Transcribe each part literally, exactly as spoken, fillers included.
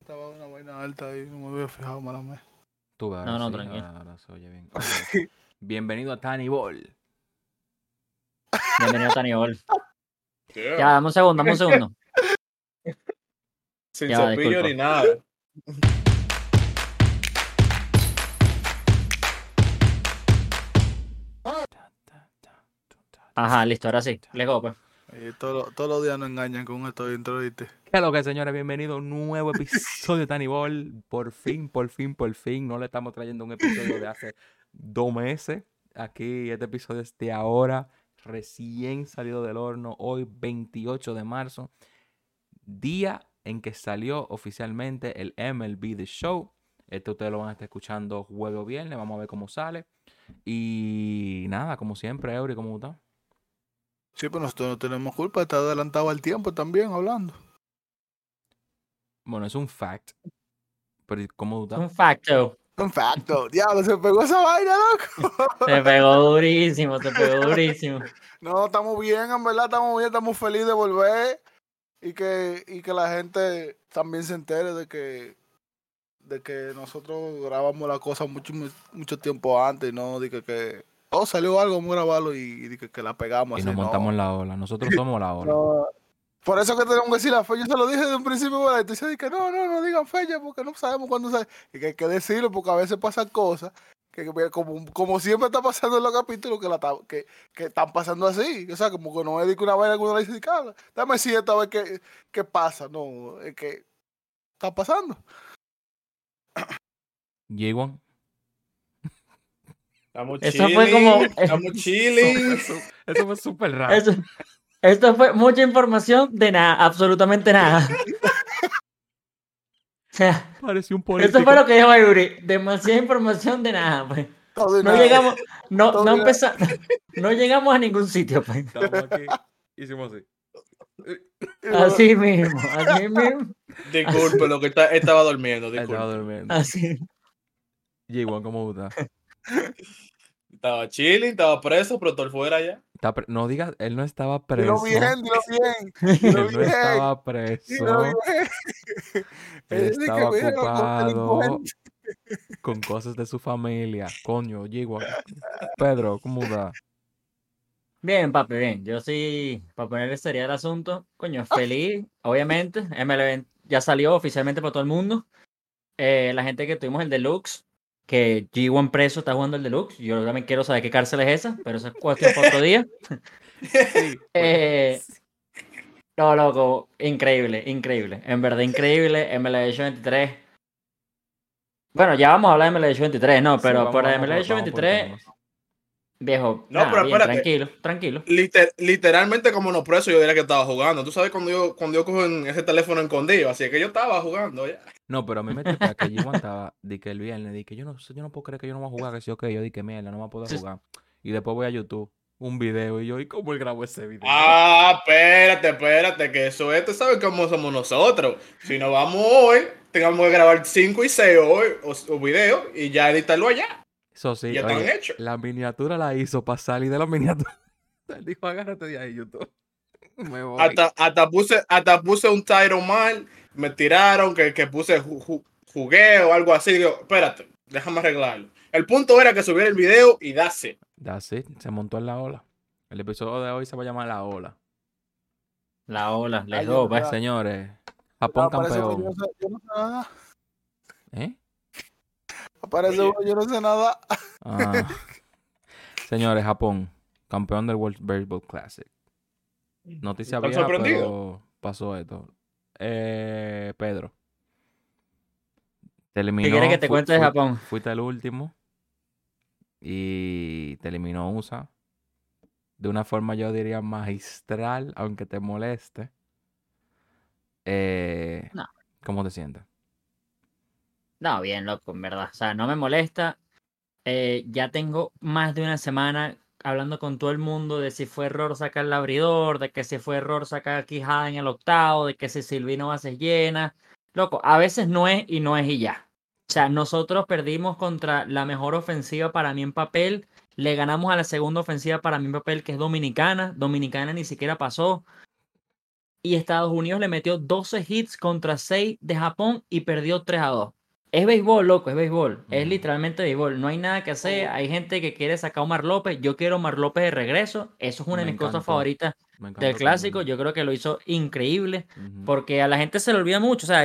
estaba una vaina alta ahí, no me había fijado, mala mía. Tú, ahora No, no, sí, tranquilo. ahora, ahora se oye bien. Okay. Bienvenido a Tiny Ball. Bienvenido a Tiny Ball. Yeah. Ya, dame un segundo, dame un segundo. Sin Ya, cepillo disculpa. ni nada. Ajá, listo, ahora sí. Let's go, pues. Eh, todo- todos los días nos engañan con esto intro, ¿viste? ¿Qué es lo que, señores? Bienvenido a un nuevo episodio de Tiny Ball. Por fin, por fin, por fin. No le estamos trayendo un episodio de hace dos meses. Aquí, este episodio es de ahora, recién salido del horno. Hoy, veintiocho de marzo. Día en que salió oficialmente el M L B The Show. Este ustedes lo van a estar escuchando jueves o viernes. Vamos a ver cómo sale. Y nada, como siempre, Eury, ¿cómo está? Sí, pues nosotros no tenemos culpa, está adelantado al tiempo también hablando. Bueno, es un fact. Pero ¿cómo Es está? un facto. Un facto, diablo, se pegó esa vaina, loco. Se pegó durísimo, se pegó durísimo. No, estamos bien, en verdad, estamos bien, estamos felices de volver y que, y que la gente también se entere de que de que nosotros grabamos la cosa mucho mucho tiempo antes, no de que, que oh, salió algo, vamos a grabarlo y, y de que, que la pegamos Y así, nos no. montamos en la ola. Nosotros somos la ola. No. Por eso que tenemos que decir la fecha, yo se lo dije desde un principio, ¿verdad? Entonces dije que no, no, no digan fecha porque no sabemos cuándo sale. Y que hay que decirlo porque a veces pasan cosas que, que como, como siempre está pasando en los capítulos que, la, ta- que, que están pasando así. O sea, como que no es de que una vaina que uno le dice, "Carla, dame si esta vez que, que pasa". No, es que está pasando. J-One. Estamos Eso chilling. fue como- Estamos chilling. Eso, eso fue súper raro. Eso, esto fue mucha información de nada, absolutamente nada. O sea, Pareció un político. eso fue lo que dijo Yuri. Demasiada información de nada, pues. Todo y No nada. llegamos, no, Todo no y empezamos, no llegamos a ningún sitio, pues. Estamos aquí. Hicimos así. Así mismo, así mismo, Disculpe, lo que está, estaba durmiendo. Él Disculpe. estaba durmiendo. así. J-One, ¿cómo está? Estaba chilling, estaba preso, pero todo fuera ya. Está pre- no digas, él no estaba Dilo preso. bien, dilo bien. Él Dilo no bien. estaba Dilo preso. bien. Él Es de que estaba mira, los ocupado delincuentes. con cosas de su familia. Coño, J-One. Pedro, ¿cómo está? Bien, papi, bien. Yo sí, para ponerle sería el asunto, coño, feliz, obviamente. M L B ya salió oficialmente para todo el mundo. Eh, la gente que tuvimos el Deluxe, que G uno preso está jugando el Deluxe. Yo también quiero saber qué cárcel es esa, pero eso es cuestión para otro día. Sí. Eh, no, loco, increíble, increíble. En verdad, increíble. M L B veintitrés. Bueno, ya vamos a hablar de M L B veintitrés, no, Sí, pero vamos- por vamos M L B por- vamos por veintitrés, temas. viejo, No, nada, pero bien, espérate. tranquilo, tranquilo. Liter- literalmente como no preso, yo diría que estaba jugando. Tú sabes cuando yo, cuando yo cojo en ese teléfono escondido, así que yo estaba jugando ya. No, pero a mí me tripea que J-One estaba, di que el viernes, di que yo no sé, yo no puedo creer que yo no voy a jugar, que sí, ok, yo di que mierda, no voy a poder Sí. jugar. Y después voy a YouTube, un video, y yo, ¿y cómo él grabó ese video? Ah, espérate, espérate, que eso es, tú sabes cómo somos nosotros. Si nos vamos hoy, tengamos que grabar cinco y seis hoy, o, o videos, y ya editarlo allá. Eso sí, Ya están oye, hechos. la miniatura la hizo para salir de la miniatura. Él dijo, agárrate de ahí, YouTube. Me voy. Hasta, hasta, puse, hasta puse un title mal, me tiraron que, que puse ju, ju, jugueo o algo así. Digo, espérate, déjame arreglarlo. El punto era que subiera el video y dase. That's it, se montó en la ola. El episodio de hoy se va a llamar La Ola. La ola, let's Ay, go, yo- pues. ya. Señores, Japón Aparece uno, campeón. yo, no sé, yo no sé nada. ¿Eh? Aparece Oye. uno, yo no sé nada. Ah. Señores, Japón, campeón del World Baseball Classic. Noticia ¿Están vieja, sorprendidos? pero pasó esto. Eh, Pedro. Te eliminó. ¿Qué quieres que te fu- cuente de fu- Japón? Fuiste el último. Y te eliminó U S A. De una forma, yo diría, magistral, aunque te moleste. Eh, No. ¿Cómo te sientes? No, bien, loco, en verdad. O sea, no me molesta. Eh, ya tengo más de una semana hablando con todo el mundo de si fue error sacar el abridor, de que si fue error sacar a Quijada en el octavo, de que si Silvino bases llenas. Loco, a veces no es y no es y ya. O sea, nosotros perdimos contra la mejor ofensiva para mí en papel. Le ganamos a la segunda ofensiva para mí en papel, que es Dominicana. Dominicana ni siquiera pasó. y Estados Unidos le metió doce hits contra seis de Japón y perdió tres a dos. Es béisbol, loco, es béisbol. Es Ujú. literalmente béisbol. No hay nada que hacer. Oh. Hay gente que quiere sacar a Omar López. Yo quiero a Omar López de regreso. Eso es una Me de mis cosas encantó. favoritas Me encantó del como clásico. vino. Yo creo que lo hizo increíble. Ujú. Porque a la gente se le olvida mucho. O sea,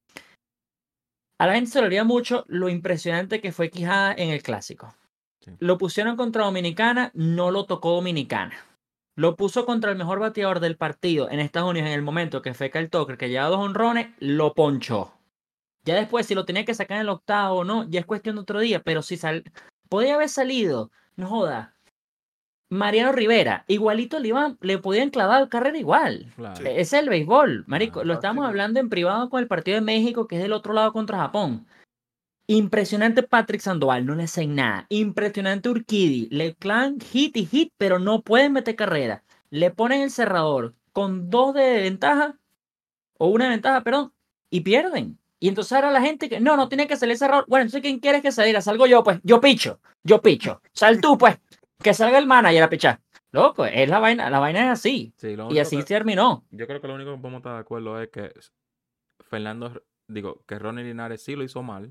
a la gente se le olvida mucho lo impresionante que fue Quijada en el clásico. Sí. Lo pusieron contra Dominicana, no lo tocó Dominicana. Lo puso contra el mejor bateador del partido en Estados Unidos en el momento, que fue Kyle Tucker, que llevaba dos honrones, lo ponchó. Ya después, si lo tenía que sacar en el octavo o no, ya es cuestión de otro día, pero si sal... podía haber salido, no joda, Mariano Rivera, igualito le, iban, le podían clavar carrera igual. Claro. Sí. Ese es el béisbol, marico. Claro. Lo Así estamos mismo. hablando en privado con el partido de México, que es del otro lado contra Japón. Impresionante Patrick Sandoval, no le hacen nada. Impresionante Urquidy, le clavan hit y hit, pero no pueden meter carrera. Le ponen el cerrador con dos de ventaja, o una de ventaja, perdón, y pierden. Y entonces ahora la gente que, no, no tiene que salir el cerrador. Bueno, entonces ¿quién quieres que salga? Salgo yo, pues, yo picho, yo picho. Sal tú, pues, que salga el manager a pichar. Loco, es la vaina, la vaina es así. Sí, lo Y único así que- terminó. yo creo que lo único que podemos estar de acuerdo es que Fernando, digo, que Ronnie Linares sí lo hizo mal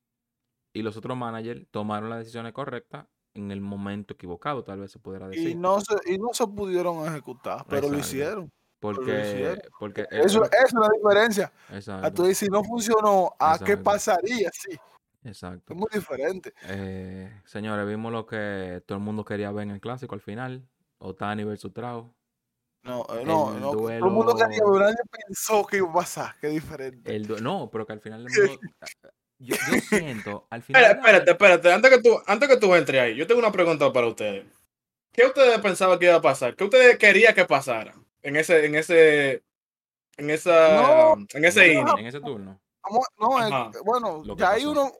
y los otros managers tomaron las decisiones correctas en el momento equivocado, tal vez se pudiera Y decir. no se, y no se pudieron ejecutar, pero lo Exacto. hicieron. Pero lo Porque, hicieron. porque eh, Eso, eh, esa es la diferencia. A exacto, tú dices, si no funcionó, ¿a qué Exacto. pasaría? Sí, exacto. es muy diferente. Eh, señores, vimos lo que todo el mundo quería ver en el clásico al final. Otani versus Trout. No, eh, no, El no. Todo el mundo quería duelo. ver, nadie pensó que iba a pasar, qué diferente. El due- no, pero que al final del mundo. Yo, yo siento, al final. Espera, de la espérate, vaina- espérate. Antes que, tú, antes que tú entres ahí, yo tengo una pregunta para ustedes. ¿Qué ustedes pensaban que iba a pasar? ¿Qué ustedes querían que pasara en ese, en ese, en esa, No, en ese no, inning? En ese turno. Vamos- no, eh, Ajá. bueno, Lo que ya hay pasó. uno.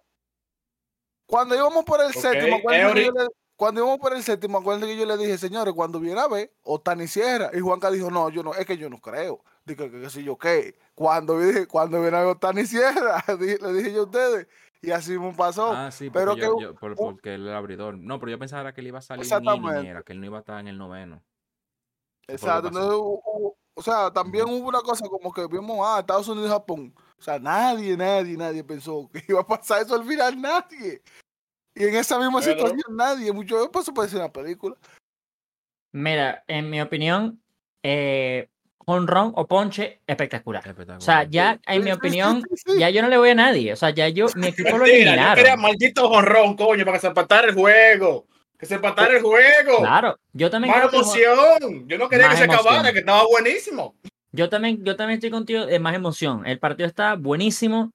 Cuando íbamos por el Ok, séptimo, acuérdense que Eury. yo le- cuando íbamos por el séptimo, acuérdense que yo le dije, señores, cuando viene a ver, Otani cierra. Y Juanca dijo, no, yo no, es que yo no creo. Dije, que, que si yo qué. Cuando, vi- cuando viene a ver, Otani cierra, Dije- le dije yo a ustedes. Y así mismo pasó. Ah, sí, Pero porque que, yo, yo por- u- porque él era abridor. No, pero yo pensaba que él iba a salir un inning, exactamente, era que él no iba a estar en el noveno. Eso fue lo que exacto. Entonces, pasó. hu- hu- o sea, también Ujú. hubo una cosa como que vimos, ah, Estados Unidos y Japón. O sea, nadie, nadie, nadie pensó que iba a pasar eso al final, nadie. Y en esa misma Pedro. situación, nadie. Mucho eso puede ser una película. Mira, en mi opinión, eh, jonrón o ponche, espectacular. O Espectacular. sea, ya en Sí, mi sí, sí, opinión, sí, sí. ya yo no le voy a nadie. O sea, ya yo, mi equipo lo Mentira, yo quería eliminaron. maldito jonrón, coño, para que se empatara el juego. Que se empatara el juego. Claro, yo también Más creo que el jo- emoción. Yo no quería Más que se acabara, emoción. que estaba buenísimo. yo también, yo también estoy contigo de más emoción. El partido está buenísimo,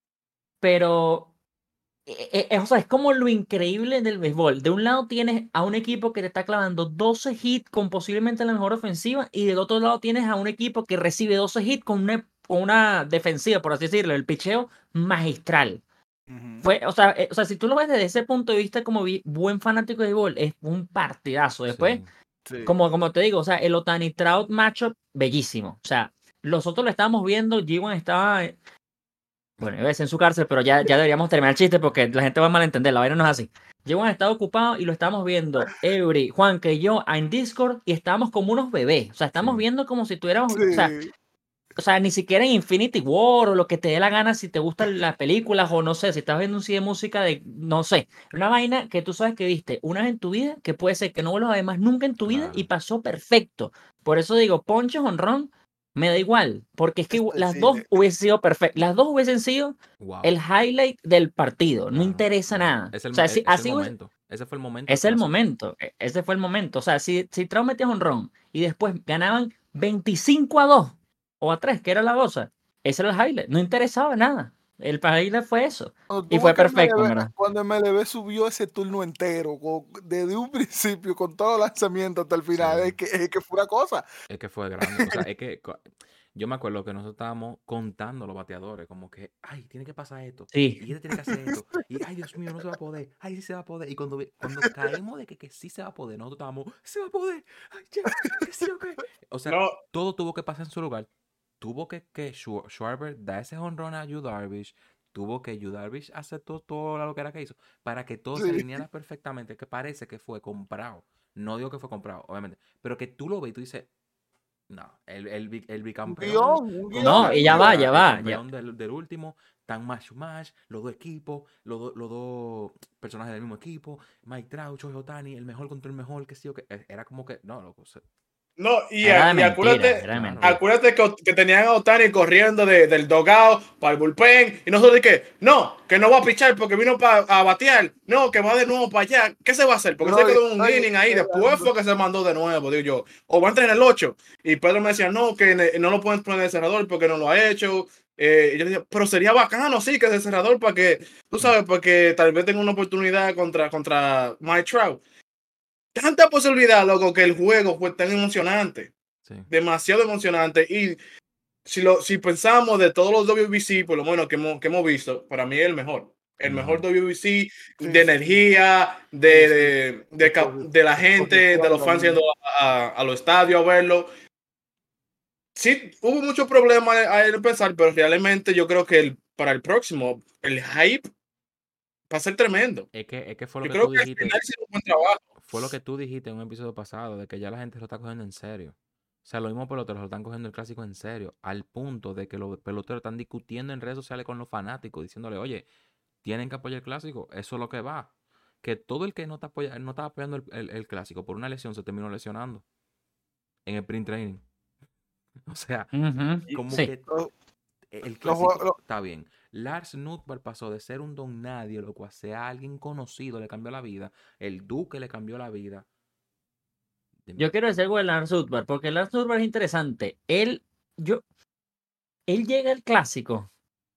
pero eh, eh, o sea, es como lo increíble del béisbol. De un lado tienes a un equipo que te está clavando doce hits con posiblemente la mejor ofensiva, y del otro lado tienes a un equipo que recibe doce hits con una, con una defensiva, por así decirlo, el picheo magistral. Ujú. Fue, o sea, eh, o sea, si tú lo ves desde ese punto de vista como vi- buen fanático de béisbol, es un partidazo. Después, Sí. Sí. como, como te digo, o sea, el Otani Trout matchup, bellísimo. O sea, nosotros lo estábamos viendo, G uno estaba, eh, bueno, iba a decir en su cárcel, pero ya, ya deberíamos terminar el chiste porque la gente va a malentender, la vaina no es así. G uno estaba ocupado y lo estamos viendo, Eury, Juan, que yo, en Discord, y estábamos como unos bebés. O sea, estamos Sí. viendo como si tuviéramos, o sea, Sí. o sea, ni siquiera en Infinity War o lo que te dé la gana si te gustan las películas o no sé, si estás viendo un C D de música de, no sé, una vaina que tú sabes que viste una vez en tu vida, que puede ser que no vuelvas a ver más nunca en tu vida y Claro. pasó perfecto. Por eso digo, ponche, honrón, me da igual, porque es que Este, las sí, dos de- hubiesen sido perfectas, las dos hubiesen sido Wow. el highlight del partido, no Claro, interesa claro. nada. Es el, O sea, es- si, es el así hubiese- momento. Ese fue el momento. es del el clásico. momento, e- ese fue el momento. O sea, si, si Trout metía honrón y después ganaban veinticinco a dos o a tres, que era la cosa, ese era el highlight, no interesaba nada. El highlight fue eso. Cuando Y tú fue ves que perfecto, en M L B, verdad. cuando M L B subió ese turno entero, con- desde un principio, con todo el lanzamiento hasta el final, Sí. es, que, es que fue una cosa. Es que fue grande. O sea, es que co- yo me acuerdo que nosotros estábamos contando los bateadores, como que, ay, tiene que pasar esto. Sí. Y este tiene que hacer esto. Y, ay, Dios mío, no se va a poder. Ay, sí se va a poder. Y cuando, ve- cuando caemos de que, que sí se va a poder, nosotros estábamos, se va a poder. Ay, ya, que sí, ok. O sea, No, todo tuvo que pasar en su lugar. Tuvo que, que Schwar- Schwarber da ese honrón a Yu Darvish. Tuvo que Yu Darvish hacer todo, todo lo que era que hizo para que todo se Sí. alineara perfectamente. Que parece que fue comprado. No digo que fue comprado, obviamente. Pero que tú lo ves y tú dices, No, el, el, bi- el bicampeón. Guión, un guión. No, y ya va, ya el va, campeón del, del último, tan match match, los dos equipos, los, dos- los dos personajes del mismo equipo, Mike Trout, Shohei Ohtani, el mejor contra el mejor, que sí o que. eh, Era como que. No, loco. se- No, y, Era de y mentira, acuérdate, era de Claro. mentira. acuérdate que, que tenían a Ohtani corriendo de- del dogado para el bullpen. Y nosotros dije, no, que no va a pichar porque vino para a batear. No, que va de nuevo para allá. ¿Qué se va a hacer? Porque No, se quedó un oye, inning ahí. eh, Después fue que se mandó de nuevo, digo yo. O va a entrar en el ocho. Y Pedro me decía, no, que ne- no lo pueden poner de cerrador porque no lo ha hecho. Eh, y yo decía, pero sería bacano, sí, que es de cerrador para que, tú sabes, para que tal vez tenga una oportunidad contra, contra Mike Trout. Tanta posibilidad, loco, que el juego fue tan emocionante. Sí. Demasiado emocionante. Y si lo si pensamos de todos los W B C, por lo menos que hemos, que hemos visto, para mí es el mejor. El El mejor mejor. W B C Sí, de sí. energía, de, Sí, sí. de, de, cap- Por- de la por gente, de los fans también. yendo a, a, a los estadios a verlo. Sí, hubo muchos problemas a él pensar, pero realmente yo creo que el, para el próximo, el hype va a ser tremendo. Es que, es que fue lo Yo que creo tú que al dijiste. final hizo un buen trabajo. Fue lo que tú dijiste en un episodio pasado, de que ya la gente lo está cogiendo en serio. O sea, los mismos peloteros lo están cogiendo el clásico en serio, al punto de que los peloteros están discutiendo en redes sociales con los fanáticos, diciéndole, oye, tienen que apoyar el clásico, eso es lo que va. Que todo el que no está, apoya- no estaba apoyando el, el- el clásico por una lesión se terminó lesionando en el sprint training. O sea, Ujú, como sí. que Los- el los clásico jue- los- está bien. Lars Nootbaar pasó de ser un don nadie, loco, a ser alguien conocido, le cambió la vida. El Duque le cambió la vida. Dime. Yo quiero decir algo de Lance Woodward, porque Lance Woodward es interesante. Él, yo, él llega al clásico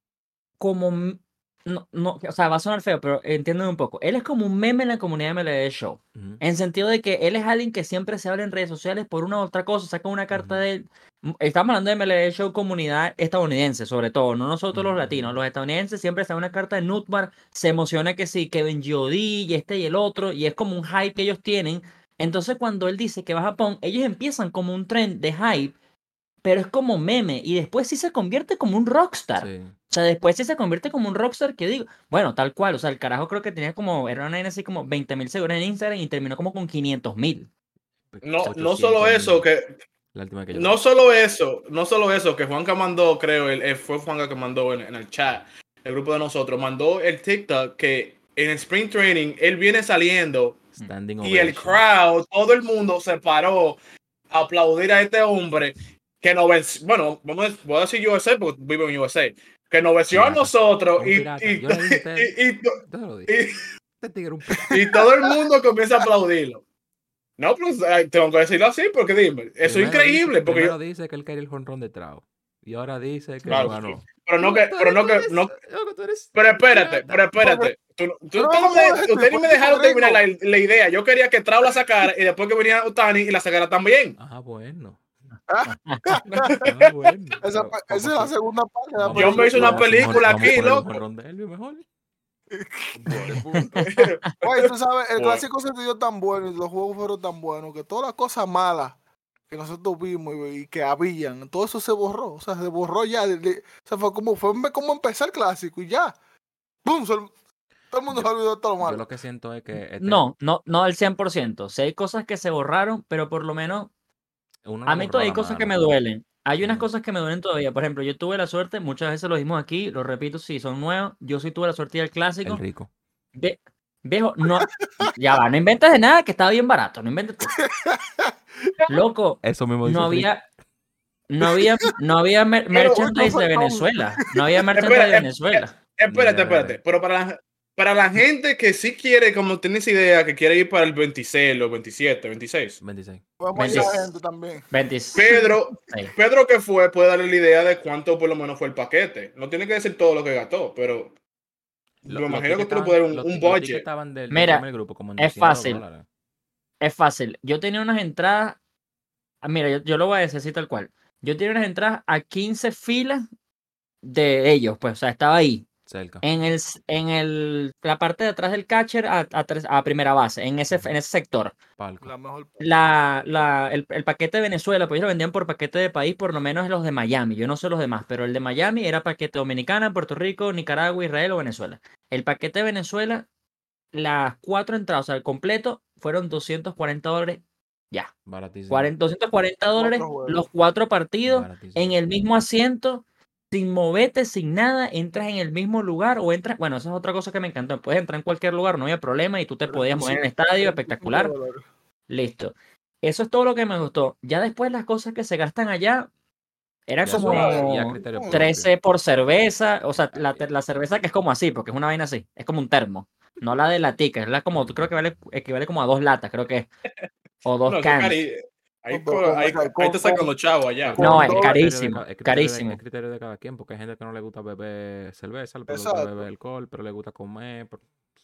como, m- no, no, o sea, va a sonar feo, pero entiéndeme un poco. Él es como un meme en la comunidad de M L B Show. Ujú. En sentido de que él es alguien que siempre se habla en redes sociales por una u otra cosa, saca una carta Ujú. de él. M- Estamos hablando de M L B Show comunidad estadounidense, sobre todo, no nosotros los Ujú, latinos. ujú. Los estadounidenses siempre sacan una carta de Nutbar, se emociona que sí, Kevin G O D y este y el otro, y es como un hype que ellos tienen. Entonces, cuando él dice que va a Japón, ellos empiezan como un tren de hype, pero es como meme, y después sí se convierte como un rockstar. Sí. O sea, después sí se convierte como un rockstar que digo, bueno, tal cual, o sea, el carajo creo que tenía como, era una vaina así como veinte mil seguidores en Instagram y terminó como con quinientos mil. No, no ochocientos solo eso, mil, que la última vez que yo no vi. solo eso, no solo eso, que Juanca mandó, creo, el, el- fue Juanca que mandó en, en el chat, el grupo de nosotros, mandó el TikTok que en el Spring Training él viene saliendo Standing y el ovation. crowd, todo el mundo se paró a aplaudir a este hombre que nos venció, bueno, vamos a, voy a decir U S A porque vivo en U S A, que nos venció a Pirata. nosotros Un y, pirata. y, Yo le dije a usted, y, y, yo se lo dije. y- Este tigre es un pirata. y todo el mundo comienza a aplaudirlo. No, pues ay, tengo que decirlo así porque dime, eso es Primero increíble dice, porque yo, primero dice que él quería el jonrón de Trout. Y ahora dice que claro, no ganó. pero no Loco, que, tú pero eres- no tú que, eres- no, loco, tú eres pero espérate, pirata. pero espérate. Tú, tú, Pero ustedes vamos no a me- ver este ustedes ni me tipo dejaron gringo. terminar la, la idea. Yo quería que Trout la sacara y después que venía Ohtani y la sacara también. Ah, bueno. Ah, Ah, bueno. esa, Pero esa es la vamos a- segunda parte de la vamos Yo a- me hice una vamos a hacer un película jon- vamos a aquí, poner un loco. jonrón de Elvis mejor. Oye, tú sabes, el Bueno. clásico se dio tan bueno y los juegos fueron tan buenos que todas las cosas malas que nosotros vimos y, y que habían, todo eso se borró. O sea, se borró ya. de- de- o sea, fue como, fue como empezar el clásico y ya. ¡Pum! Se- todo el mundo Yo- se olvidó de todo lo Yo malo. lo que siento es que este- No, no, no al cien por ciento. Si hay cosas que se borraron, pero por lo menos uno a la mí borró a todavía hay la cosas que me mano. duelen. Hay unas Ujú. cosas que me duelen todavía. Por ejemplo, yo tuve la suerte, muchas veces lo dijimos aquí, lo repito, si son nuevos, yo sí tuve la suerte del El clásico. rico. Ve- viejo, no, ya va, no inventes de nada que estaba bien barato, no inventes tú. Loco, Eso mismo dice no el rico. había, no había, no había mer- Pero, merchandise de perdón. Venezuela. No había merchandise Espera, de eh, Venezuela. Espérate, Ni espérate. idea. Pero para la, para la gente que sí quiere, como tienes idea, que quiere ir para el veintiséis, los veintisiete, veintiséis. veintiséis. Vamos a ir a la veintiséis. gente también. veintiséis. Pedro, Pedro que fue puede darle la idea de cuánto por lo menos fue el paquete. No tiene que decir todo lo que gastó, pero Lo- me los imagino que tickets tú le estaban- puedes dar un, los un ti- los tickets budget. estaban del, del Mira, primer grupo como en es doscientos fácil. dólares. Es fácil. Yo tenía unas entradas. ah, Mira, yo, yo lo voy a decir así tal cual. Yo tenía unas entradas a quince filas de ellos, pues, o sea, estaba ahí. Cerca. En el, s- en el, la parte de atrás del catcher a, a, tres- a primera base, en ese, en ese sector. Palco. La mejor. La, la, el, el paquete de Venezuela, pues ellos lo vendían por paquete de país, por lo menos los de Miami. Yo no sé los demás, pero el de Miami era paquete Dominicana, Puerto Rico, Nicaragua, Israel o Venezuela. El paquete de Venezuela, las cuatro entradas, o sea, el completo, fueron doscientos cuarenta dólares Ya. Baratísimo. cuarenta, doscientos cuarenta dólares Cuatro juegos. los cuatro partidos Baratísimo. en el mismo asiento, sin moverte, sin nada, entras en el mismo lugar o entras, bueno, esa es otra cosa que me encantó, puedes entrar en cualquier lugar, no había problema y tú te podías mover en el estadio, espectacular, listo. Eso es todo lo que me gustó. Ya después las cosas que se gastan allá eran Ya como son- ya criterio propio. trece por cerveza, o sea, la, la cerveza que es como así, porque es una vaina así, es como un termo, no la de latica, es la como, creo que vale, equivale como a dos latas, creo que es, o dos No, eso es cans. cari- Ahí, Con- co- con- ahí, con- ahí te sacan con- los chavos allá. con No, es dos- carísimo, Es criterio de, carísimo. es criterio de cada quien, porque hay gente que no le gusta beber cerveza, pero le gusta Exacto. beber alcohol, pero le gusta comer. pero-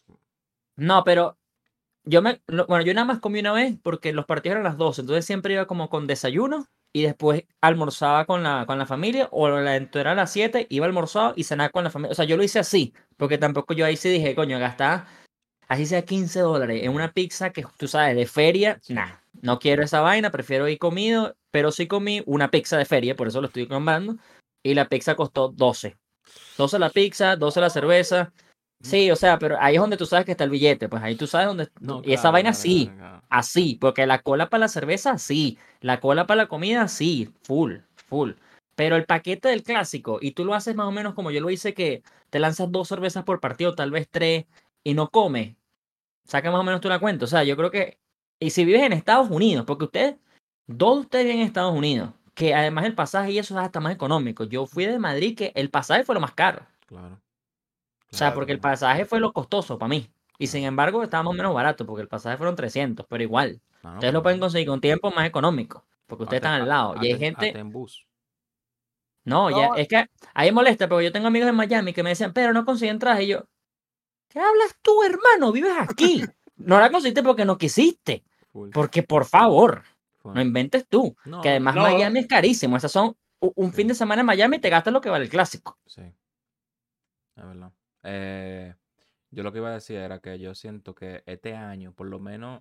No, pero yo me, lo- bueno, yo nada más comí una vez porque los partidos eran a las doce, entonces siempre iba como con desayuno y después almorzaba con la, con la familia o la era a las siete, iba almorzado y cenaba con la familia. O sea, yo lo hice así, porque tampoco yo ahí sí dije, coño, gastar así sea quince dólares en una pizza que tú sabes, de feria, Sí. nah, no quiero esa vaina, prefiero ir comido, pero sí comí una pizza de feria, por eso lo estoy comprando, y la pizza costó doce. doce la pizza, doce la cerveza. Sí, o sea, pero ahí es donde tú sabes que está el billete, pues ahí tú sabes dónde... No, y esa claro, vaina claro, sí, claro, claro. así, porque la cola para la cerveza sí, la cola para la comida sí, full, full. Pero el paquete del clásico, y tú lo haces más o menos como yo lo hice, que te lanzas dos cervezas por partido, tal vez tres, y no comes, saca más o menos tú la cuenta. O sea, yo creo que... Y si vives en Estados Unidos, porque ustedes, dos de ustedes viven en Estados Unidos, que además el pasaje y eso es hasta más económico. Yo fui de Madrid, que el pasaje fue lo más caro. Claro. O sea, Claro. porque el pasaje fue lo costoso para mí. Y sin Claro. embargo, estaba más o menos barato, porque el pasaje fueron trescientos, pero igual. No, no, Ustedes lo pero- pueden conseguir con tiempo más económico, porque ustedes Hasta- están al lado. Y hay hasta- gente... hasta en bus. No, ya, No. es que ahí molesta, porque yo tengo amigos en Miami que me decían, pero no consiguen entradas. Y yo, ¿qué hablas tú, hermano? Vives aquí. No la conseguiste porque no quisiste. Full, Porque, por favor, full. no inventes tú. No, Que además no. Miami es carísimo. Esas son u- un Sí. fin de semana en Miami y te gastas lo que vale el clásico. Sí, es verdad. Eh, yo lo que iba a decir era que yo siento que este año, por lo menos,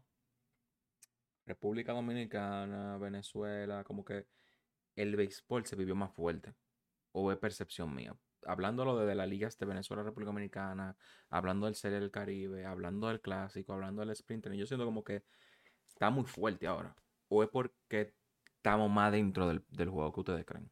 República Dominicana, Venezuela, como que el béisbol se vivió más fuerte. O es percepción mía. Hablándolo desde las ligas de Venezuela, República Dominicana, hablando del Serie del Caribe, hablando del Clásico, hablando del Sprint, yo siento como que está muy fuerte ahora. O es porque estamos más dentro del, del juego que ustedes creen.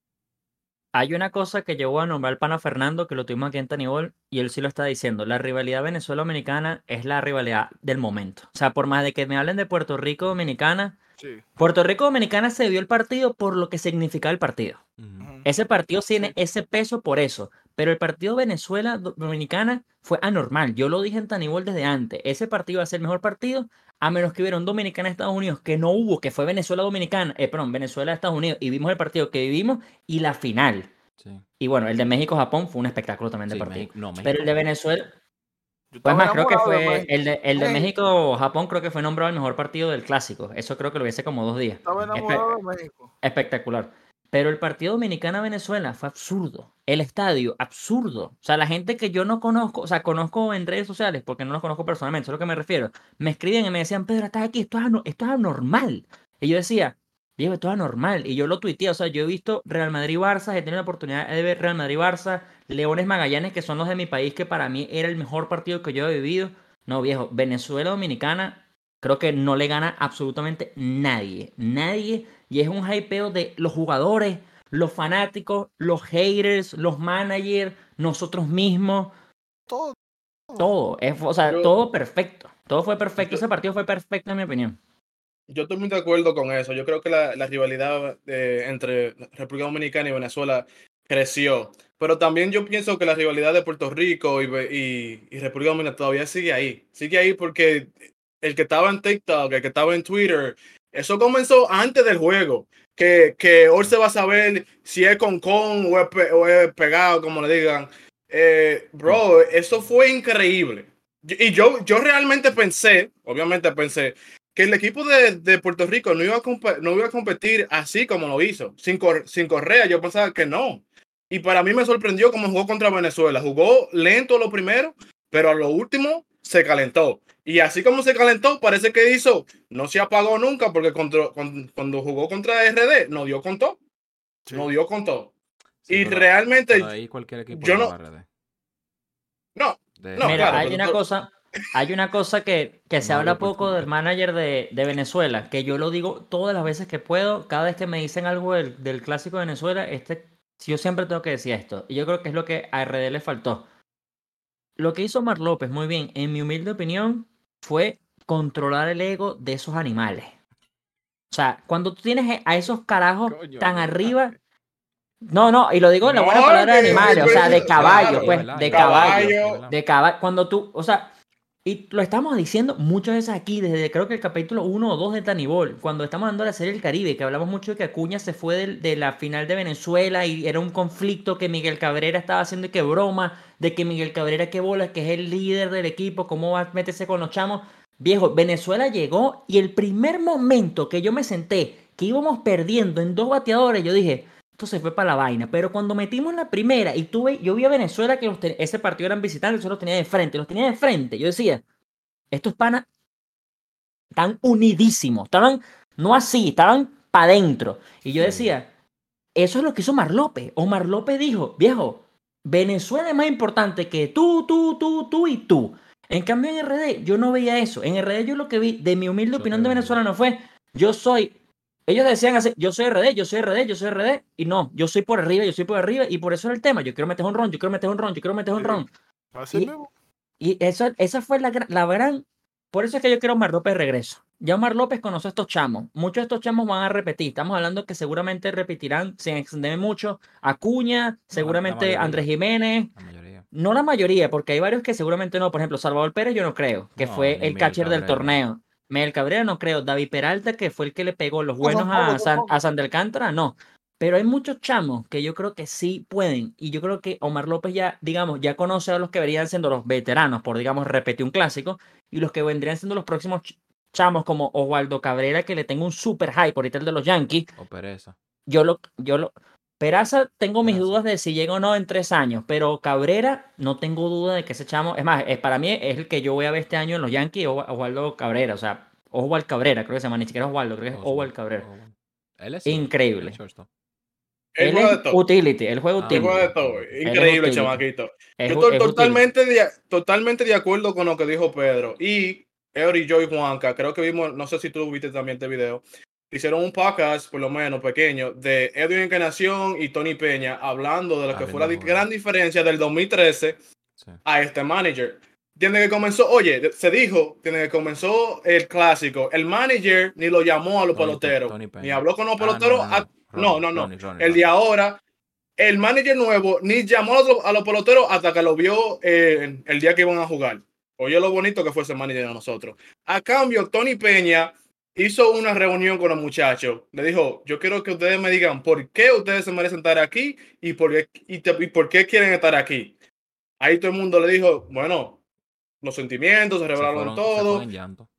Hay una cosa que yo voy a nombrar al pana Fernando, que lo tuvimos aquí en Tanibol, y él sí lo está diciendo. La rivalidad Venezuela-Dominicana es la rivalidad del momento. O sea, por más de que me hablen de Puerto Rico-Dominicana, Sí. Puerto Rico-Dominicana se vio el partido por lo que significaba el partido. Ujú. Ujú. Ese partido tiene Sí. ese peso por eso. Pero el partido Venezuela-Dominicana fue anormal. Yo lo dije en Tanibol desde antes. Ese partido va a ser el mejor partido, a menos que hubiera un Dominicana-Estados Unidos, que no hubo, que fue Venezuela-Dominicana, eh, perdón, Venezuela-Estados Unidos, y vimos el partido que vivimos y la final. Sí. Y bueno, el de México-Japón fue un espectáculo también de Sí, partido. México- no, México. Pero el de Venezuela, Yo pues estaba más, creo que enamorado de fue México. el de, el de Sí. México-Japón, creo que fue nombrado el mejor partido del clásico. Eso creo que lo hice como dos días. Estaba Espe- enamorado de México. espectacular. Pero el partido Dominicana-Venezuela fue absurdo. El estadio, absurdo. O sea, la gente que yo no conozco, o sea, conozco en redes sociales, porque no los conozco personalmente, eso es a lo que me refiero. Me escriben y me decían, Pedro, estás aquí, esto es, ano- esto es anormal. Y yo decía, Diego, esto es anormal. Y yo lo tuiteé, o sea, yo he visto Real Madrid-Barça, he tenido la oportunidad de ver Real Madrid-Barça, Leones-Magallanes, que son los de mi país, que para mí era el mejor partido que yo he vivido. No, viejo, Venezuela-Dominicana, creo que no le gana absolutamente nadie. Nadie. Y es un hypeo de los jugadores, los fanáticos, los haters, los managers, nosotros mismos. Todo. Todo. Es, o sea, Yo- todo perfecto. Todo fue perfecto. Yo- Ese partido fue perfecto, en mi opinión. Yo estoy muy de acuerdo con eso. Yo creo que la, la rivalidad eh, entre República Dominicana y Venezuela creció. Pero también yo pienso que la rivalidad de Puerto Rico y, Ve- y, y República Dominicana todavía sigue ahí. Sigue ahí porque el que estaba en TikTok, el que estaba en Twitter, eso comenzó antes del juego. Que, que hoy se va a saber si es con con o es, pe- o es pegado, como le digan. Eh, bro, eso fue increíble. Y yo, yo realmente pensé, obviamente pensé, que el equipo de, de Puerto Rico no iba, a comp- no iba a competir así como lo hizo, sin, cor- sin Correa. Yo pensaba que no. Y para mí me sorprendió cómo jugó contra Venezuela. Jugó lento lo primero, pero a lo último se calentó. Y así como se calentó, parece que hizo, no se apagó nunca, porque contra- cuando, cuando jugó contra R D, no dio con todo. Sí. No dio con todo. Sí, y pero- realmente, pero ahí cualquier equipo yo le no- va a R D. no, De- No, Mira, claro, hay pero una tú- cosa, hay una cosa que, que se No habla hablo poco del portugués. manager de, de Venezuela, que yo lo digo todas las veces que puedo, cada vez que me dicen algo del, del clásico de Venezuela, este, yo siempre tengo que decir esto. Y yo creo que es lo que a R D le faltó. Lo que hizo Omar López, muy bien, en mi humilde opinión, fue controlar el ego de esos animales. O sea, cuando tú tienes a esos carajos Coño, tan animal. arriba. No, no, y lo digo en la No, buena palabra de que, animales, o que- sea, de Es verdad, caballos, claro, es pues, verdad, de es verdad, caballos. es caballo. verdad. De caballo. Cuando tú, o sea, y lo estamos diciendo muchas veces aquí, desde creo que el capítulo uno o dos de Tanibol, cuando estamos dando la serie del Caribe, que hablamos mucho de que Acuña se fue del- de, la final de Venezuela y era un conflicto que Miguel Cabrera estaba haciendo y que broma, de que Miguel Cabrera, qué bola, que es el líder del equipo, cómo va a meterse con los chamos. Viejo, Venezuela llegó y el primer momento que yo me senté, que íbamos perdiendo en dos bateadores, yo dije, esto se fue para la vaina. Pero cuando metimos la primera y tuve, yo vi a Venezuela que los ten- ese partido eran visitantes, yo los tenía de frente, los tenía de frente. Yo decía, estos panas están unidísimos, estaban no así, estaban para adentro. Y yo Sí. decía, eso es lo que hizo Omar López. Omar López dijo, viejo, Venezuela es más importante que tú, tú, tú, tú y tú. En cambio en R D yo no veía eso. En R D yo lo que vi, de mi humilde Choque opinión de de bandido. Venezuela no fue, yo soy, ellos decían así, yo soy R D, yo soy R D, yo soy R D, y no, yo soy por arriba, yo soy por arriba, y por eso era el tema, yo quiero meter un ron, yo quiero meter un ron, yo quiero meter un Sí, ron. así Y, mismo. y eso, esa fue la, gra- la gran, por eso es que yo quiero a Omar López de regreso. Ya Omar López conoce a estos chamos. Muchos de estos chamos van a repetir. Estamos hablando que seguramente repetirán, sin extenderme mucho, Acuña, No, la, la seguramente Andrés mayoría. Jiménez. La mayoría. No la mayoría, porque hay varios que seguramente no. Por ejemplo, Salvador Pérez yo no creo, que No, fue ni el Miguel catcher del Cabrera. torneo. Miguel Cabrera no creo. David Peralta, que fue el que le pegó los No, buenos tampoco, a, San, tampoco. a Sander Alcántara, no. Pero hay muchos chamos que yo creo que sí pueden. Y yo creo que Omar López ya, digamos, ya conoce a los que verían siendo los veteranos, por, digamos, repetir un clásico. Y los que vendrían siendo los próximos ch- chamos como Oswaldo Cabrera, que le tengo un super hype, ahorita el de los Yankees. O pereza. Yo lo, yo lo, Peraza, tengo mis Peraza. dudas de si llega o no en tres años, pero Cabrera, no tengo duda de que ese chamo, es más, es, para mí es el que yo voy a ver este año en los Yankees, o Oswaldo Cabrera, o sea, Oswald Cabrera, creo que se llama, ni siquiera Oswaldo, creo que es Oswald Oswald. Cabrera. Oswald. Él es short. Él es Increíble. shortstop. Él Él juega es de todo. utility, él juega Ah, Él juega de utility. todo. utility. Él es Increíble, utility. chamaquito. Es, Yo u- estoy es utility. totalmente de, totalmente de acuerdo con lo que dijo Pedro. Y Eury, yo y Juanca, creo que vimos, no sé si tú viste también este video, hicieron un podcast, por lo menos pequeño, de Edwin Encarnación y Tony Peña, hablando de lo Ah, que bien fue la de di- juego. gran diferencia del dos mil trece Sí. a este manager. Tiene que comenzó, oye, se dijo, tiene que comenzó el clásico. El manager ni lo llamó a los Tony, peloteros, Tony ni Peña. habló con los Ah, no, peloteros. no, a- no. no, Ronnie, no, no. Ronnie, Ronnie, El de Ronnie. ahora, el manager nuevo ni llamó a los, a los peloteros hasta que lo vio eh, el día que iban a jugar. Oye, lo bonito que fue ese manager de nosotros. A cambio, Tony Peña hizo una reunión con los muchachos. Le dijo, yo quiero que ustedes me digan por qué ustedes se merecen estar aquí y por qué, y te- y por qué quieren estar aquí. Ahí todo el mundo le dijo, bueno, los sentimientos se Se revelaron fueron, se fueron todo. en llanto.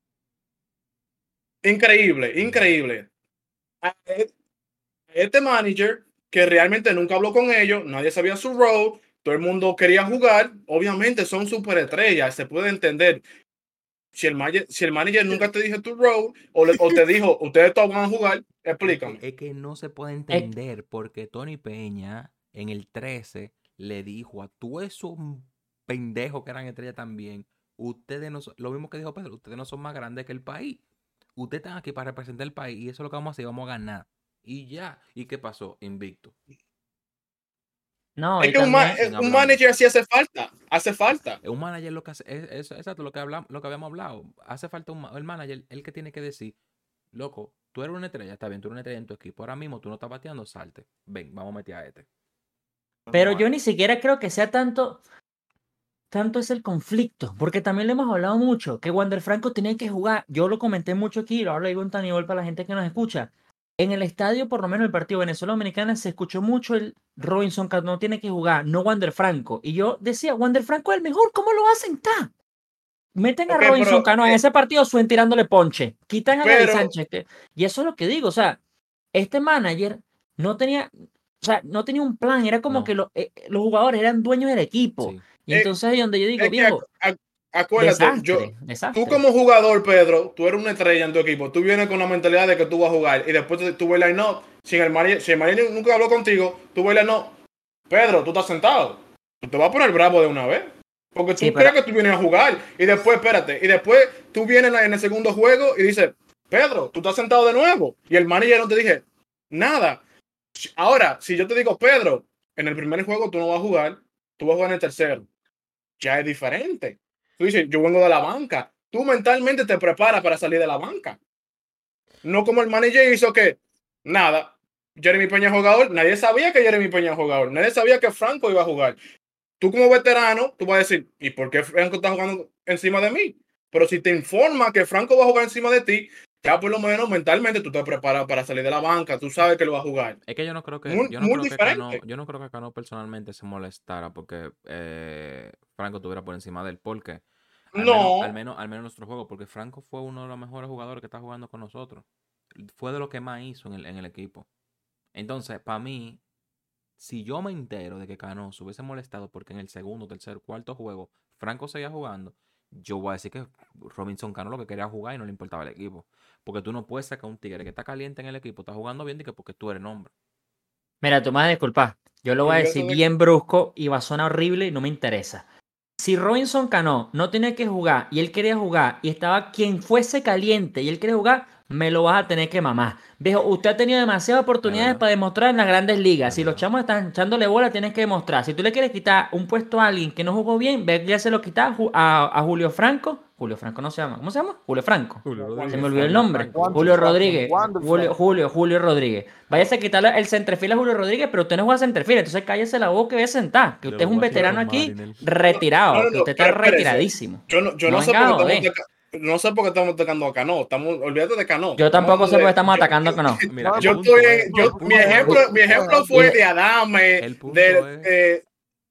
Increíble, Mm. increíble. A e- Este manager que realmente nunca habló con ellos, nadie sabía su role, todo el mundo quería jugar, obviamente son superestrellas, se puede entender. Si el manager, si el manager nunca te dijo tu role o, le- o te dijo, ustedes todos van a jugar, Es que, explícame. es que no se puede Es- entender porque Tony Peña en el trece le dijo a todos esos pendejos que eran estrellas también, ustedes no son, lo mismo que dijo Pedro, ustedes no son más grandes que el país. Ustedes están aquí para representar el país y eso es lo que vamos a hacer, vamos a ganar. Y ya. ¿Y qué pasó? Invicto. No, Es y que un, ma- también, Sin un hablar manager mucho. sí hace falta, hace falta. Es un manager lo que hace, es, es- exacto, lo que hablamos, lo que habíamos hablado. Hace falta un ma- el manager, el que tiene que decir, loco, tú eres una estrella, está bien, tú eres una estrella en tu equipo. Ahora mismo tú no estás bateando, salte. Ven, vamos a meter a este. pero No yo hay. ni siquiera creo que sea tanto, tanto es el conflicto, porque también le hemos hablado mucho, que Wander Franco tenía que jugar, yo lo comenté mucho aquí, ahora lo digo en Tanibol para la gente que nos escucha. En el estadio, por lo menos el partido Venezuela-Dominicana, se escuchó mucho el Robinson Cano tiene que jugar, no Wander Franco. Y yo decía, Wander Franco es el mejor, ¿cómo lo hacen? Ta? Meten a Ok, Robinson pero, Cano en eh, ese partido, suben tirándole ponche. Quitan a Gary pero, Sánchez. que- Y eso es lo que digo, o sea, este manager no tenía, o sea, no tenía un plan, era como No. que lo- eh, los jugadores eran dueños del equipo. Sí. Y eh, entonces ahí donde yo digo, es que viejo, ac- ac- acuérdate, yo, desastre, tú desastre. como jugador, Pedro, tú eres una estrella en tu equipo, tú vienes con la mentalidad de que tú vas a jugar y después tú- tú ves line up, si el manager, si el manager nunca habló contigo, tú ves line up, Pedro, tú estás sentado, tú te vas a poner bravo de una vez. Porque tú Sí, crees pero que tú vienes a jugar y después, espérate, y después tú vienes en el segundo juego y dices, Pedro, tú estás sentado de nuevo. Y el manager no te dije nada. Ahora, si yo te digo, Pedro, en el primer juego tú no vas a jugar, tú vas a jugar en el tercero. Ya es diferente. Tú dices, yo vengo de la banca. Tú mentalmente te preparas para salir de la banca. No como el manager hizo que, nada, Jeremy Peña es jugador. Nadie sabía que Jeremy Peña es jugador. Nadie sabía que Franco iba a jugar. Tú como veterano, tú vas a decir, ¿y por qué Franco está jugando encima de mí? Pero si te informa que Franco va a jugar encima de ti, ya por lo menos mentalmente tú te preparas para salir de la banca, tú sabes que lo va a jugar. Es que yo no creo que, Muy, yo no muy creo que Cano, diferente. yo no creo que Cano personalmente se molestara porque eh, Franco estuviera por encima de él, porque al menos, al No, menos, al menos en nuestro juego, porque Franco fue uno de los mejores jugadores que está jugando con nosotros. Fue de lo que más hizo en el, en el equipo. Entonces, para mí, si yo me entero de que Cano se hubiese molestado porque en el segundo, tercer, cuarto juego Franco seguía jugando, yo voy a decir que Robinson Cano lo que quería jugar y no le importaba el equipo. Porque tú no puedes sacar un tigre que está caliente en el equipo, está jugando bien, y que porque tú eres nombre. mira, tú me vas a disculpar. Yo lo voy a olvídate decir de bien brusco y va a sonar horrible y no me interesa. Si Robinson Cano no tenía que jugar y él quería jugar y estaba quien fuese caliente y él quería jugar, me lo vas a tener que mamar. Viejo, usted ha tenido demasiadas oportunidades verdad. para demostrar en las grandes ligas. Es Si los verdad. chamos están echándole bola, tienes que demostrar. Si tú le quieres quitar un puesto a alguien que no jugó bien, ve que ya se lo quita a, Ju- a- a Julio Franco. Julio Franco no se llama. ¿Cómo se llama? Julio Franco. Julio Se Rodríguez. me olvidó el Julio nombre. Franco. Wander Julio Franco, Rodríguez. Wander Julio, Franco. Julio, Julio Rodríguez. Váyase a quitarle el centrefil a Julio Rodríguez, pero usted no juega centrefil, entonces cállese la boca y vaya a sentar. Que De usted es los un Washington veterano aquí Mariners. No, retirado, no, que no, usted está pero espérese. retiradísimo. Yo no, yo No no sé venga por a qué estamos joder. ataca- no sé por qué estamos atacando a Cano. Estamos, olvídate de Cano. Yo Estamos tampoco sé hablando por qué de- estamos yo- atacando que no. Mira, No, el Yo punto estoy es, en, yo, el mi punto ejemplo, es, mi ejemplo Y fue de- de Adame, el punto de, es, de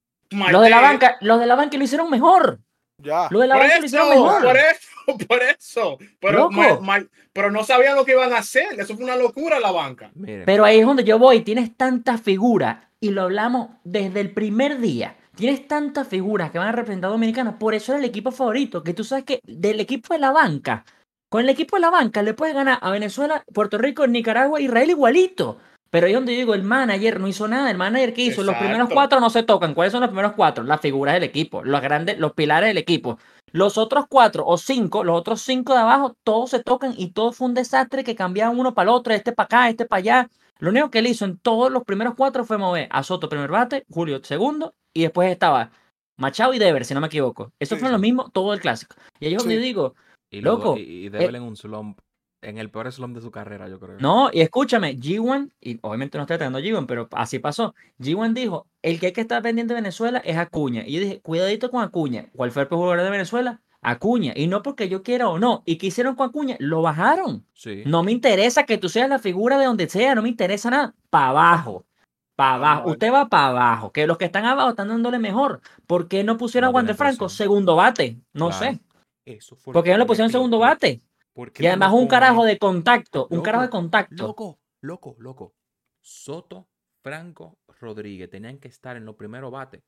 los de la Marte. banca, los de la banca lo hicieron mejor. Ya. Los de la Por banca lo hicieron eso, por mejor. eso, por eso. Pero, ma- Loco. ma- pero no sabían lo que iban a hacer. Eso fue una locura la banca. miren, Pero ahí es donde yo voy. Tienes tantas figuras y lo hablamos desde el primer día. Tienes tantas figuras que van a representar a Dominicana. Por eso era el equipo favorito. Que tú sabes que del equipo de la banca, con el equipo de la banca le puedes ganar a Venezuela, Puerto Rico, Nicaragua, Israel igualito. Pero ahí es donde yo digo, el manager no hizo nada. El manager que hizo, los primeros Exacto. cuatro no se tocan. ¿Cuáles son los primeros cuatro? Las figuras del equipo, los grandes, los pilares del equipo. Los otros cuatro o cinco, los otros cinco de abajo, todos se tocan y todo fue un desastre que cambiaban uno para el otro, este para acá, este para allá. Lo único que él hizo en todos los primeros cuatro fue mover a Soto primer bate, Julio segundo y después estaba Machado y Dever, si no me equivoco. Eso Sí, fue lo mismo todo el clásico. Y ahí es donde Sí. yo digo, y, lo- loco, y, y eh, Devil en un slump, en el peor slump de su carrera, yo creo. no, y escúchame, G uno, y obviamente no estoy atacando a G uno, pero así pasó. G uno dijo, el que hay que estar pendiente de Venezuela es Acuña. Y yo dije, cuidadito con Acuña. ¿Cuál fue el peor jugador de Venezuela? Acuña. Y no porque yo quiera o no. ¿Y qué hicieron con Acuña? Lo bajaron. Sí. No me interesa que tú seas la figura de donde sea, no me interesa nada. Para abajo. Para abajo. Vamos. Usted va para abajo. Que los que están abajo están dándole mejor. ¿Por qué no pusieron No a Wander tienen Franco? presión. Segundo bate. No Claro. sé. Eso fue ¿Por qué no que lo me pusieron segundo exploté. bate? ¿Por qué Y tú además no un carajo pones- de contacto. Un Loco, carajo de contacto. Loco, loco, loco. Soto, Franco, Rodríguez tenían que estar en los primeros bates.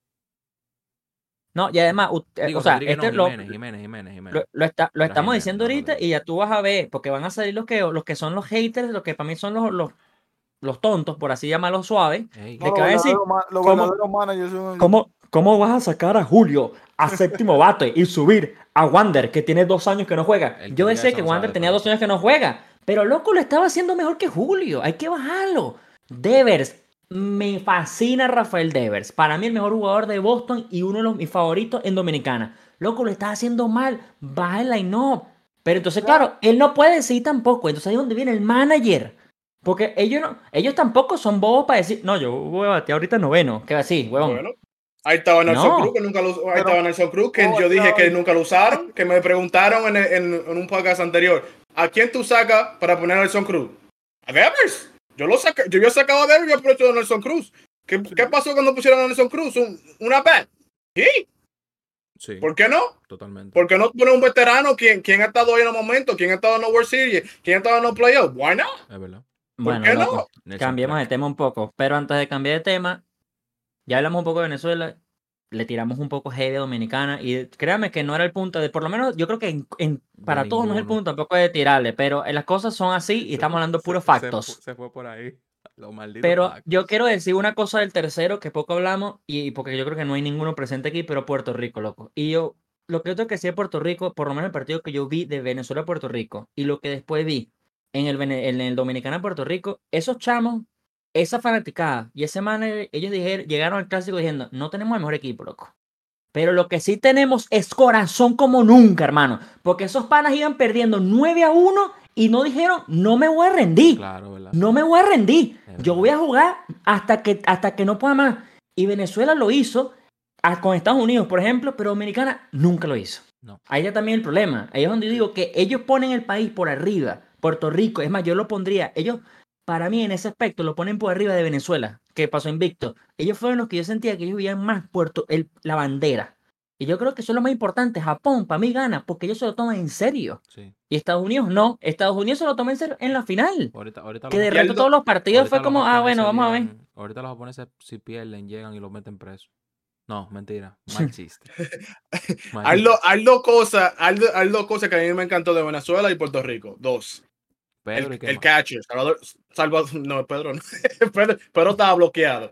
No, y además, u- eh, Digo, o sea, Rodríguez este no, lo, Jiménez, Jiménez, Jiménez, Jiménez. lo, lo está- lo Era estamos Jiménez, diciendo no ahorita y Rodríguez. ya tú vas a ver, porque van a salir los que, los que son los haters, los que para mí son los, los, los tontos, por así llamarlos suaves, Ey, No, de los que van a decir, verdaderos, ma- los ¿cómo, verdaderos managers son- cómo, cómo vas a sacar a Julio a séptimo bate y subir a Wander, que tiene dos años que no juega? El que Yo diga decía eso que no sabe Wander de tenía dos pelota. años que no juega, pero loco, lo estaba haciendo mejor que Julio, hay que bajarlo. Devers, me fascina Rafael Devers, para mí el mejor jugador de Boston y uno de los, mis favoritos en Dominicana. Loco, lo está haciendo mal, baja el line-up. Pero entonces, claro, él no puede decir tampoco, entonces ahí es donde viene el manager. Porque ellos no, ellos tampoco son bobos para decir, no, yo voy a batear ahorita noveno. ¿Qué va así, huevón? Bueno, ahí estaba Nelson No. Cruz, que nunca lo ahí Pero- estaba Nelson Cruz, que Oh, yo dije no. que nunca lo usaron, que me preguntaron en, en, en un podcast anterior, ¿a quién tú sacas para poner a Nelson Cruz? A Devers. Yo lo saca, yo había sacado a Devers y yo puesto a Nelson Cruz. ¿Qué, ¿Qué pasó cuando pusieron a Nelson Cruz? Un, una bat. ¿Sí? Sí, ¿Por qué no? totalmente. ¿Por qué no poner un veterano quien, quien ha estado ahí en los momentos, quien ha estado en los World Series, quien ha estado en los playoffs? Why not? Es verdad. Bueno, qué no? loco, Nelson cambiemos de Clark. tema un poco. Pero antes de cambiar de tema, ya hablamos un poco de Venezuela, le tiramos un poco hate a Dominicana y créame que no era el punto de, por lo menos yo creo que en, en- para todos no es el ninguno. punto tampoco de tirarle, pero las cosas son así y Se estamos fue- hablando se- puros se fu- factos. Se, fue por ahí. Los malditos Pero Packers. yo quiero decir una cosa del tercero que poco hablamos y porque yo creo que no hay ninguno presente aquí, pero Puerto Rico, loco. Y yo, lo que yo tengo que decir de Puerto Rico, por lo menos el partido que yo vi de Venezuela a Puerto Rico y lo que después vi en el, Vene- en el Dominicana Puerto Rico, esos chamos, esa fanaticada y ese man, ellos dijeron, llegaron al clásico diciendo, no tenemos el mejor equipo, loco. Pero lo que sí tenemos es corazón como nunca, hermano. Porque esos panas iban perdiendo nueve a uno y no dijeron, no me voy a rendir. Claro, ¿verdad? No me voy a rendir. Es Yo verdad. voy a jugar hasta que, hasta que no pueda más. Y Venezuela lo hizo a- con Estados Unidos, por ejemplo, pero Dominicana nunca lo hizo. No. Ahí ya también el problema. Ahí es donde yo digo que ellos ponen el país por arriba. Puerto Rico, es más, yo lo pondría. Ellos, para mí, en ese aspecto, lo ponen por arriba de Venezuela, que pasó invicto. Ellos fueron los que yo sentía que ellos veían más Puerto, el, la bandera. Y yo creo que eso es lo más importante. Japón, para mí, gana, porque ellos se lo toman en serio. Sí. Y Estados Unidos no. Estados Unidos se lo toma en serio en la final. Ahorita, ahorita Que los de Y resto Aldo- todos los partidos ahorita fue los como, ah, bueno, japoneses vamos a ver. llegan- Ahorita los japoneses, si pierden, llegan y los meten preso. No, mentira. Mal chiste. Mal Aldo, chiste. Aldo cosa, Aldo, Aldo cosa que a mí me encantó de Venezuela y Puerto Rico. Dos. Pedro, El, ¿y qué el más? catcher, Salvador, Salvador, no, Pedro no. Pedro, Pedro estaba bloqueado.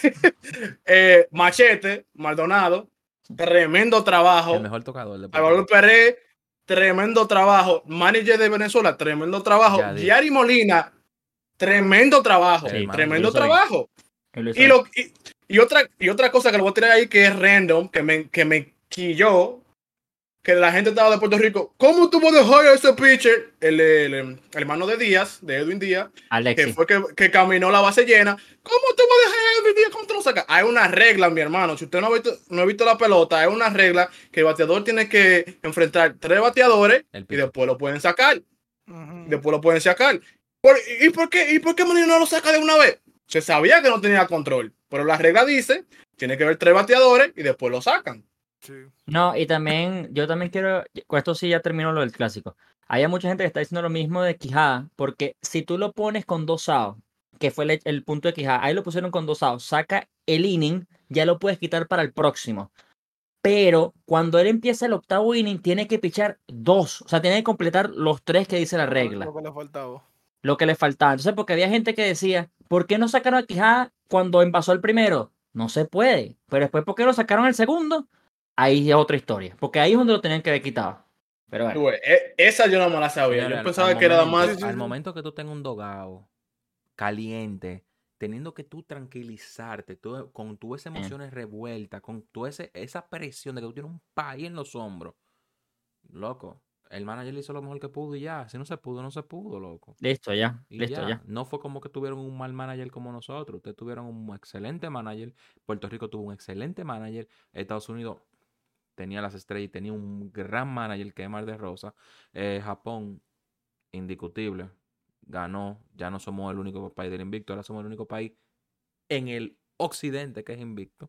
Eh, Machete, Maldonado, tremendo trabajo. El mejor tocador de Puerto Salvador Rico. Pérez, tremendo trabajo. Manager de Venezuela, tremendo trabajo. Yadier. Yari Molina, tremendo trabajo. Sí, tremendo yo lo soy. trabajo. Yo lo Y, soy. lo, y, y otra, y otra cosa que le voy a tirar ahí que es random, que me, que me quilló, que la gente estaba de Puerto Rico. ¿Cómo tú vas a dejar a ese pitcher? El, el, el hermano de Díaz, de Edwin Díaz, que Alexis. fue que, que caminó la base llena. ¿Cómo tú vas a dejar a Edwin Díaz? ¿Cómo tú lo sacas? Hay una regla, mi hermano. Si usted no ha visto, no ha visto la pelota, hay una regla que el bateador tiene que enfrentar tres bateadores El y pitcher. después lo pueden sacar. Ujú. Después lo pueden sacar. Por- ¿Y por qué, y por qué Molina no lo saca de una vez? Se sabía que no tenía control, pero la regla dice, tiene que haber tres bateadores y después lo sacan. Sí. No, y también, yo también quiero, con esto sí ya termino lo del clásico. Hay mucha gente que está diciendo lo mismo de Quijada, porque si tú lo pones con dos outs, que fue el, el punto de Quijada, ahí lo pusieron con dos outs, saca el inning, ya lo puedes quitar para el próximo. Pero cuando él empieza el octavo inning, tiene que pichar dos, o sea, tiene que completar los tres que dice la regla. Lo que le faltaba. Lo que le faltaba. Entonces, porque había gente que decía, ¿por qué no sacaron a Quijada cuando envasó el primero? No se puede. Pero después, ¿por qué lo sacaron el segundo? Ahí es otra historia. Porque ahí es donde lo tenían que haber quitado. Pero bueno. Tú ves, e- esa yo no me la sabía. Señores, Yo al- pensaba al que era nada momento- más. Sí, sí, Al sí. momento que tú tengas un dogado caliente, teniendo que tú tranquilizarte, tú, con tus emociones revueltas, con tu ese, esa presión de que tú tienes un país en los hombros, loco, el manager hizo lo mejor que pudo y ya. Si no se pudo, no se pudo, loco. Listo, ya. Y Listo, ya. ya. No fue como que tuvieron un mal manager como nosotros. Ustedes tuvieron un excelente manager. Puerto Rico tuvo un excelente manager. Estados Unidos tenía las estrellas y tenía un gran manager que es Mar de Rosa. Eh, Japón, indiscutible, ganó. Ya no somos el único país del invicto. Ahora somos el único país en el occidente que es invicto.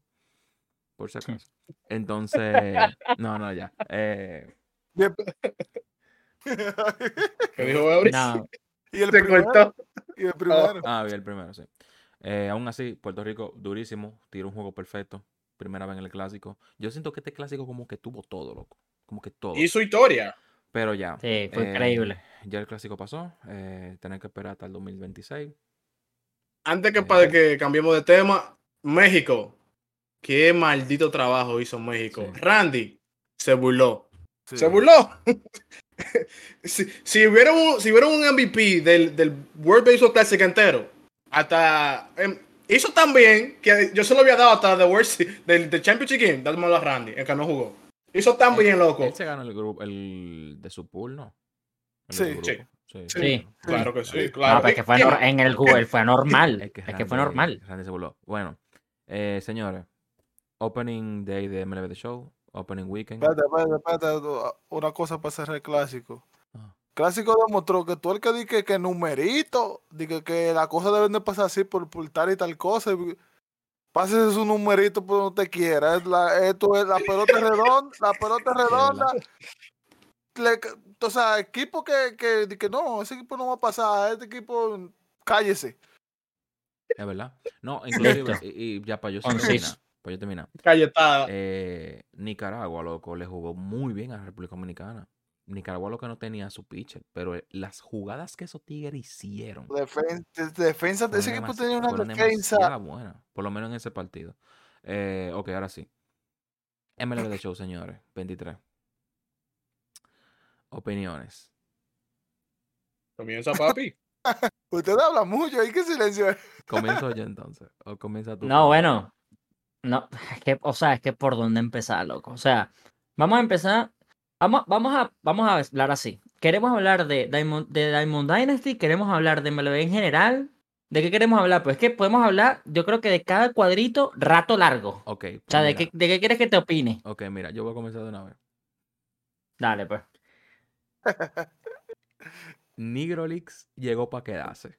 Por si acaso. Entonces, no, no, ya. Eh, Bien. Que dijo Eury. No, Y el Se primero. cortó. Y el primero. Ah, bien, el primero, sí. Eh, aún así, Puerto Rico, durísimo. Tiró un juego perfecto. Primera vez en el clásico. Yo siento que este clásico como que tuvo todo, loco. Como que todo. Y su historia. Pero ya. sí, fue eh, increíble. Ya el clásico pasó. Eh, tener que esperar hasta el dos mil veintiséis. Antes que Eh. para que cambiemos de tema, México. Qué maldito trabajo hizo México. Sí. Randy se burló. Sí. Se burló. si, si, hubiera un, si hubiera un M V P del, del World Baseball Classic entero, hasta em, hizo tan bien que yo se lo había dado hasta the World Se- del, del Championship Game, dámelo a Randy, el que no jugó. Hizo tan bien, loco. Él se ganó el grupo, el de su pool, ¿no? El Sí. de su Sí. grupo. Sí. Sí. Claro que sí, Sí. claro. No, pero es que fue ¿Quién nor- más? en el Google, fue normal. Es que, Es que fue Randy- normal. Randy se burló. Bueno, eh, señores, opening day de M L B The Show, opening weekend. Espérate, espérate, espérate. Una cosa para cerrar el clásico. Ah. Clásico demostró que tú el que di que, que numerito, di que, que las cosas deben de pasar así por, por tal y tal cosa. y Pásese su numerito por donde te quiera. Es la, esto es, la pelota es redonda, la pelota es redonda. Le- o sea, equipo que, que, di que no, ese equipo no va a pasar, este equipo, cállese. Es verdad. No, inclusive, Listo. y, y ya para yo Conciso. terminar, para yo terminar. Cayetada. Eh, Nicaragua, loco, le jugó muy bien a la República Dominicana. Nicaragua lo que no tenía su pitcher, pero eh, las jugadas que esos tigres hicieron Defen- de- defensa, fueron, ese equipo demasi- tenía una fueron defensa. demasiado buenas, por lo menos en ese partido. Eh, ok, ahora sí. M L B The Show, señores, veintitrés. Opiniones. Comienza, papi. Usted habla mucho, hay que silenciar. Comienzo yo entonces, o comienza tú. No, primero. bueno, no, es que, o sea, es que por dónde empezar, loco. O sea, vamos a empezar, vamos, vamos a, vamos a hablar así. ¿Queremos hablar de Diamond, de Diamond Dynasty? ¿Queremos hablar de M L B en general? ¿De qué queremos hablar? Pues es que podemos hablar, yo creo que de cada cuadrito, rato largo. Ok, O sea, pues ¿de mira, qué, de qué quieres que te opine? ok, mira, yo voy a comenzar de una vez. Dale, pues. Negro Leagues llegó para quedarse.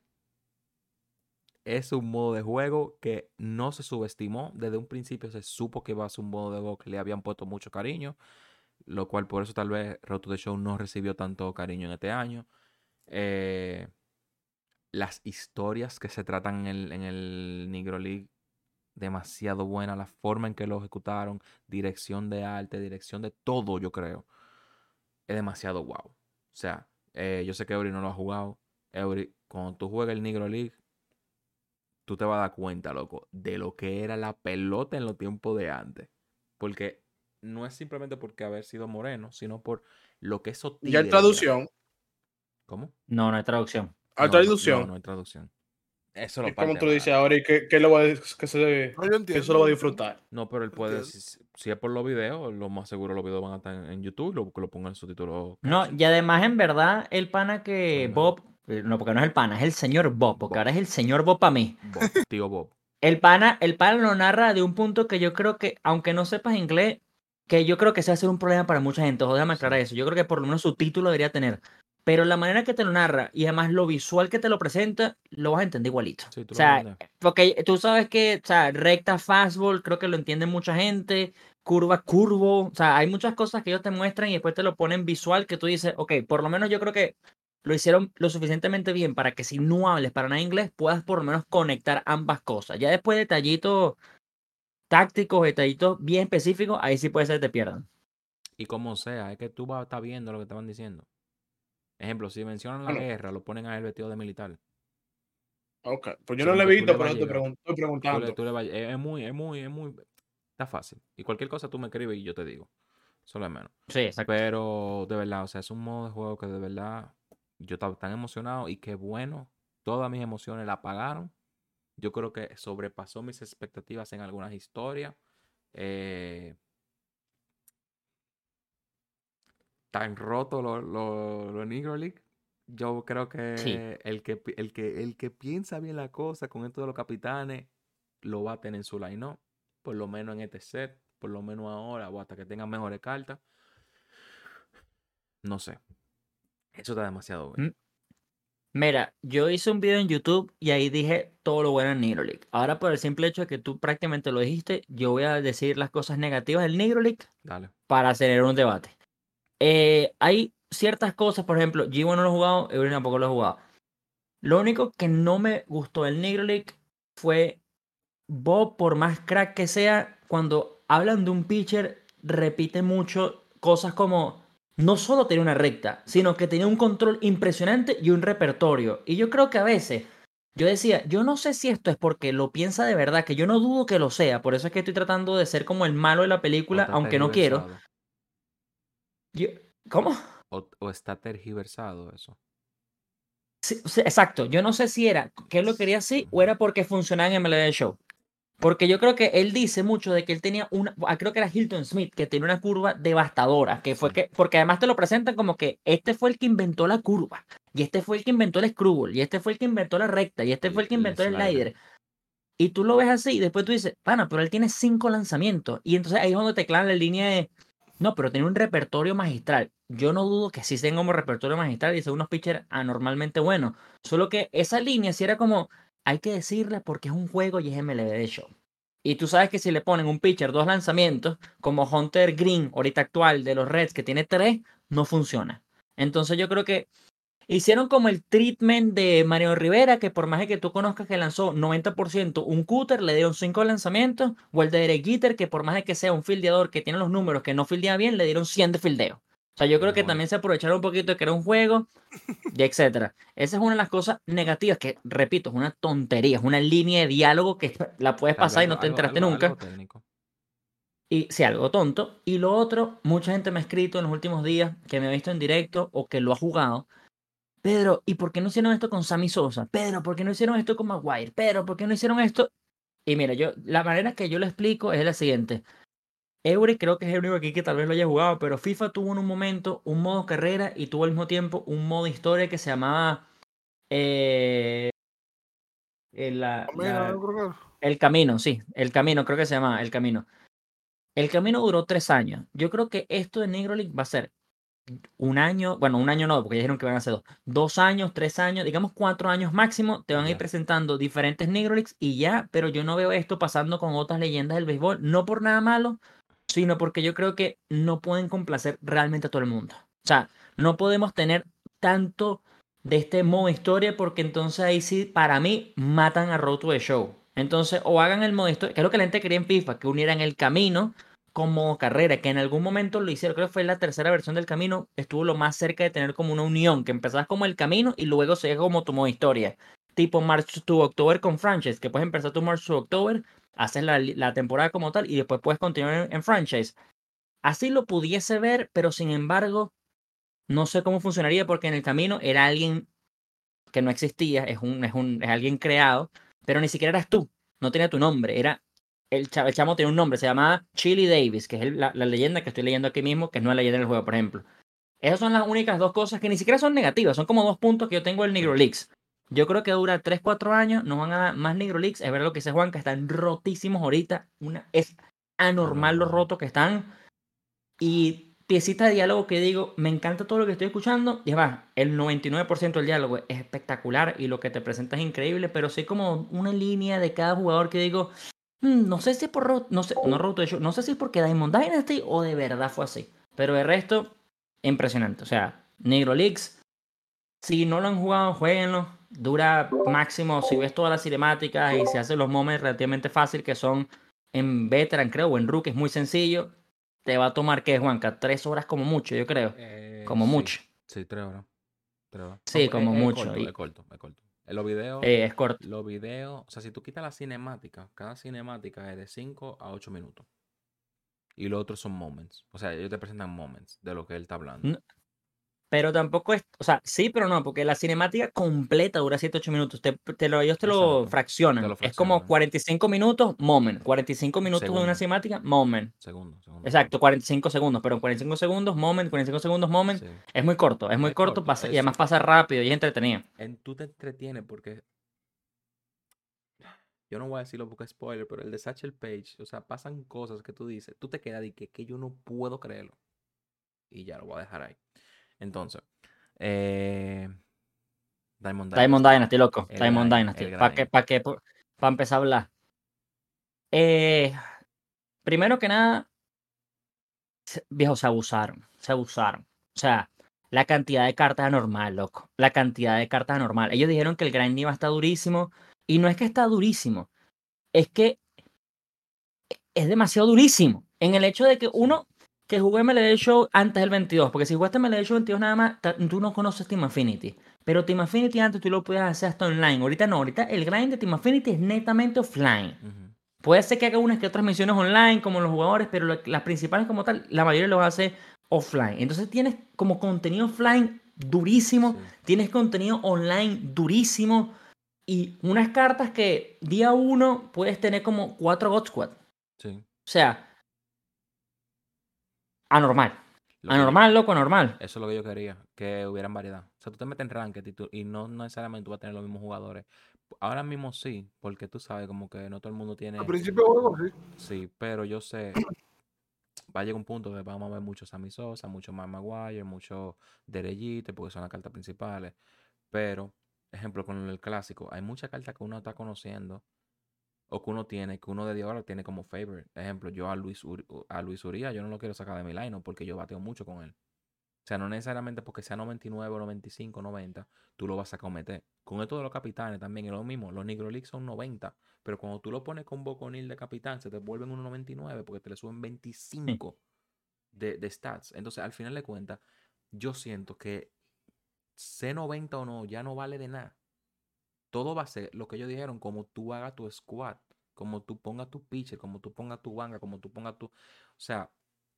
Es un modo de juego que no se subestimó. Desde un principio se supo que iba a ser un modo de juego que le habían puesto mucho cariño. Lo cual por eso tal vez Road to the Show no recibió tanto cariño en este año. Eh, las historias que se tratan en el, en el Negro League, demasiado buena. La forma en que lo ejecutaron, dirección de arte, dirección de todo, yo creo. Es demasiado wow. O sea, eh, yo sé que Eury no lo ha jugado. Eury, cuando tú juegas el Negro League, tú te vas a dar cuenta, loco, de lo que era la pelota en los tiempos de antes. Porque no es simplemente porque haber sido moreno, sino por lo que esos Ya tigres hay eran. traducción. ¿Cómo? No, no hay traducción. Hay No, no, traducción. no, no hay traducción. Eso Y lo como parte tú mal. dices ahora, y que, que, lo va, a- que, se, No, yo que entiendo. eso lo va a yo entiendo. disfrutar. No, pero él puede, Entiendo. si, si es por los videos, lo más seguro los videos van a estar en, en YouTube, lo, que lo pongan en subtítulos. No, caption. y además, en verdad, el pana que Son Bob, eh, no, porque no es el pana, es el señor Bob, porque Bob. ahora es el señor Bob para mí. Bob, tío Bob. El pana, el pana lo narra de un punto que yo creo que, aunque no sepas inglés, que yo creo que se va a ser un problema para mucha gente. Ojo, déjame aclarar Sí. eso. Yo creo que por lo menos su título debería tener. Pero la manera que te lo narra y además lo visual que te lo presenta, lo vas a entender igualito. Sí, tú O lo sea, entiendes. porque tú sabes que, o sea, recta, fastball, creo que lo entiende mucha gente. Curva, curvo. O sea, hay muchas cosas que ellos te muestran y después te lo ponen visual que tú dices, ok, por lo menos yo creo que lo hicieron lo suficientemente bien para que si no hables para nada inglés, puedas por lo menos conectar ambas cosas. Ya después detallitos tácticos, detallitos bien específicos, ahí sí puede ser que te pierdan. Y como sea, es que tú vas a estar viendo lo que te van diciendo. Ejemplo, si mencionan la Ah, no. guerra, lo ponen a él vestido de militar. Ok. Pues yo So, no lo he como que tú visto, le vas pero a te llegar. pregun- estoy Tú le, preguntando. tú le vas- es, es muy, es muy, es muy. Está fácil. Y cualquier cosa tú me escribes y yo te digo. Solo es menos. Sí, exacto. Pero de verdad, o sea, es un modo de juego que de verdad yo estaba tan emocionado y qué bueno. Todas mis emociones la apagaron. Yo creo que sobrepasó mis expectativas en algunas historias. Eh, tan roto los lo, lo Negro League. Yo creo Sí. que el que, pi- el que el que piensa bien la cosa con esto de los capitanes lo va a tener en su line-up. Por lo menos en este set. Por lo menos ahora o hasta que tengan mejores cartas. No sé. Eso está demasiado bueno. Mm, Mira, yo hice un video en YouTube y ahí dije todo lo bueno en Negro League. Ahora, por el simple hecho de que tú prácticamente lo dijiste, yo voy a decir las cosas negativas del Negro League Dale. para tener un debate. Eh, hay ciertas cosas, por ejemplo, G uno no lo he jugado, Eury tampoco lo he jugado. Lo único que no me gustó del Negro League fue Bob, por más crack que sea, cuando hablan de un pitcher, repite mucho cosas como no solo tenía una recta, sino que tenía un control impresionante y un repertorio. Y yo creo que a veces yo decía, yo no sé si esto es porque lo piensa de verdad, que yo no dudo que lo sea, por eso es que estoy tratando de ser como el malo de la O película, está aunque no quiero. tergiversado. Yo- ¿Cómo? O, o está tergiversado eso. Sí, sí, exacto, yo no sé si era que él lo quería así o Ujú. era porque funcionaba en M L B Show. Porque yo creo que él dice mucho de que él tenía una, ah, creo que era Hilton Smith, que tenía una curva devastadora, que fue Sí. que, porque además te lo presentan como que este fue el que inventó la curva, y este fue el que inventó el screwball, y este fue el que inventó la recta, y este fue el que El- el inventó el slider. slider. Y tú lo ves así, y después tú dices, pana, pero él tiene cinco lanzamientos. Y entonces ahí es donde te clavan la línea de, no, pero tiene un repertorio magistral. Yo no dudo que sí tenga como repertorio magistral y son unos pitchers anormalmente buenos. Solo que esa línea sí era como, hay que decirle porque es un juego y es M L B de Show. Y tú sabes que si le ponen un pitcher dos lanzamientos, como Hunter Green, ahorita actual de los Reds, que tiene tres, no funciona. Entonces yo creo que hicieron como el treatment de Mario Rivera, que por más de que tú conozcas que lanzó noventa por ciento un cúter, le dieron cinco lanzamientos, o el de Derek Jeter, que por más de que sea un fildeador que tiene los números que no fildea bien, le dieron cien de fildeo. O sea, yo creo que Mejor. también se aprovecharon un poquito de que era un juego y etcétera. Esa es una de las cosas negativas que, repito, es una tontería, es una línea de diálogo que la puedes Tal vez pasar y algo, no te algo, enteraste algo, nunca. algo técnico. Y sí, algo tonto. Y lo otro, mucha gente me ha escrito en los últimos días que me ha visto en directo o que lo ha jugado. Pedro, ¿y por qué no hicieron esto con Sammy Sosa? Pedro, ¿por qué no hicieron esto con Maguire? Pedro, ¿por qué no hicieron esto? Y mira, yo, la manera que yo lo explico es la siguiente. Eury creo que es el único aquí que tal vez lo haya jugado, pero FIFA tuvo en un momento un modo carrera y tuvo al mismo tiempo un modo historia que se llamaba eh, el, la- Mira, la- no creo que- el Camino, sí, el Camino, creo que se llama El Camino. El Camino duró tres años. Yo creo que esto de Negro League va a ser un año, bueno, un año no, porque ya dijeron que van a ser dos, dos años, tres años, digamos cuatro años máximo, te van a ir Ya. presentando diferentes Negro Leagues y ya, pero yo no veo esto pasando con otras leyendas del béisbol, no por nada malo, sino porque yo creo que no pueden complacer realmente a todo el mundo. O sea, no podemos tener tanto de este modo historia porque entonces ahí sí, para mí, matan a Road to the Show. Entonces, o hagan el modo historia, que es lo que la gente quería en FIFA, que unieran el camino como carrera, que en algún momento lo hicieron, creo que fue la tercera versión del camino, estuvo lo más cerca de tener como una unión, que empezabas como el camino y luego se como tu modo historia. Tipo March to October con franchise, que puedes empezar tu March to October, haces la, la temporada como tal y después puedes continuar en, en franchise. Así lo pudiese ver, pero sin embargo, no sé cómo funcionaría porque en el camino era alguien que no existía, es, un, es, un, es alguien creado, pero ni siquiera eras tú, no tenía tu nombre, era el, cha- el chamo tenía un nombre, se llamaba Chili Davis, que es el- la, la leyenda que estoy leyendo aquí mismo, que no es la leyenda del juego, por ejemplo. Esas son las únicas dos cosas que ni siquiera son negativas, son como dos puntos que yo tengo del Sí. Negro Leagues. Yo creo que dura tres cuatro años, nos van a dar más Negro Leagues, es verdad lo que dice Juan, que están rotísimos ahorita, una, es anormal lo Anormal. rotos que están, y piecitas de diálogo que digo, me encanta todo lo que estoy escuchando. Y además, el noventa y nueve por ciento del diálogo es espectacular y lo que te presenta es increíble, pero sí como una línea de cada jugador que digo, "Mm, no sé si es por Ro- no sé, no Road to the Show, no sé si es porque Diamond Dynasty o de verdad fue así. Pero el resto, impresionante. O sea, Negro Leagues, si no lo han jugado, jueguenlo. Dura máximo, si ves todas las cinemáticas y se hacen los moments relativamente fácil, que son en Veteran, creo, o en Rookie, es muy sencillo. Te va a tomar, ¿qué, Juanca? Tres horas como mucho, yo creo. Eh, Como sí, mucho. sí, tres horas. Tres horas. No, Sí, pues, es, como es mucho. corto, es Y corto, es corto. En los videos, eh, es corto. los videos, o sea, si tú quitas la cinemática, cada cinemática es de cinco a ocho minutos. Y los otros son moments. O sea, ellos te presentan moments de lo que él está hablando. N- Pero tampoco es, o sea, sí, pero no, porque la cinemática completa dura siete ocho minutos. Te, te lo, ellos te lo Exacto. Te fraccionan. lo Es como fraccionan. cuarenta y cinco minutos, moment. cuarenta y cinco minutos de una Segundo, cinemática, moment. segundo, segundo, Exacto, segundo. cuarenta y cinco segundos, pero cuarenta y cinco segundos, moment, cuarenta y cinco segundos, moment. Sí. Es muy corto, es muy Es corto corto. pasa, y Es, además pasa rápido y es entretenido. en, tú te entretienes porque yo no voy a decirlo porque es spoiler, pero el de Satchel Page, o sea, pasan cosas que tú dices, tú te quedas y que, que yo no puedo creerlo. Y ya lo voy a dejar ahí. Entonces, eh, Diamond Diamond Dynasty, Dynasty, loco. el Diamond grind, Dynasty. el ¿Para qué? grind. ¿Para qué? Para empezar a hablar. Eh, primero que nada, se- viejo, se abusaron. Se abusaron. O sea, la cantidad de cartas anormal, loco. La cantidad de cartas anormal. Ellos dijeron que el grind iba a estar durísimo. Y no es que está durísimo. Es que es demasiado durísimo. En el hecho de que Sí. uno que jugó M L B Show antes del veintidós, porque si jugaste M L B Show veintidós nada más, ta- tú no conoces Team Affinity. Pero Team Affinity antes tú lo podías hacer hasta online. Ahorita no, ahorita el grind de Team Affinity es netamente offline. Ujú. Puede ser que haga unas que otras misiones online como los jugadores, pero lo- las principales como tal, la mayoría los hace offline. Entonces tienes como contenido offline durísimo, Sí, tienes contenido online durísimo y unas cartas que día uno puedes tener como cuatro God Squad. sí. O sea, anormal. Lo que yo, Anormal, loco, anormal. eso es lo que yo quería, que hubieran variedad. O sea, tú te metes en ranked y, tú- y no necesariamente tú vas a tener los mismos jugadores. Ahora mismo sí, porque tú sabes como que no todo el mundo Al tiene, principio del juego, sí. sí, pero yo sé, va a llegar un punto que vamos a ver muchos Sammy Sosa, mucho Mark Maguire, mucho Derejite, porque son las cartas principales. Pero, ejemplo, con el clásico, hay muchas cartas que uno está conociendo o que uno tiene, que uno de ahora tiene como favorite. Ejemplo, yo a Luis, Uri- a Luis Uría, yo no lo quiero sacar de mi line porque yo bateo mucho con él. O sea, no necesariamente porque sea noventa y nueve o noventa y cinco, noventa, tú lo vas a cometer. Con esto de los capitanes también es lo mismo. Los Negro League son noventa, pero cuando tú lo pones con Boconil de capitán, se te vuelven unos noventa y nueve porque te le suben Sí. veinticinco de, de stats. Entonces, al final de cuentas, yo siento que C noventa o no ya no vale de nada. Todo va a ser lo que ellos dijeron, como tú hagas tu squad, como tú pongas tu pitcher, como tú pongas tu banca, como tú pongas tu... O sea,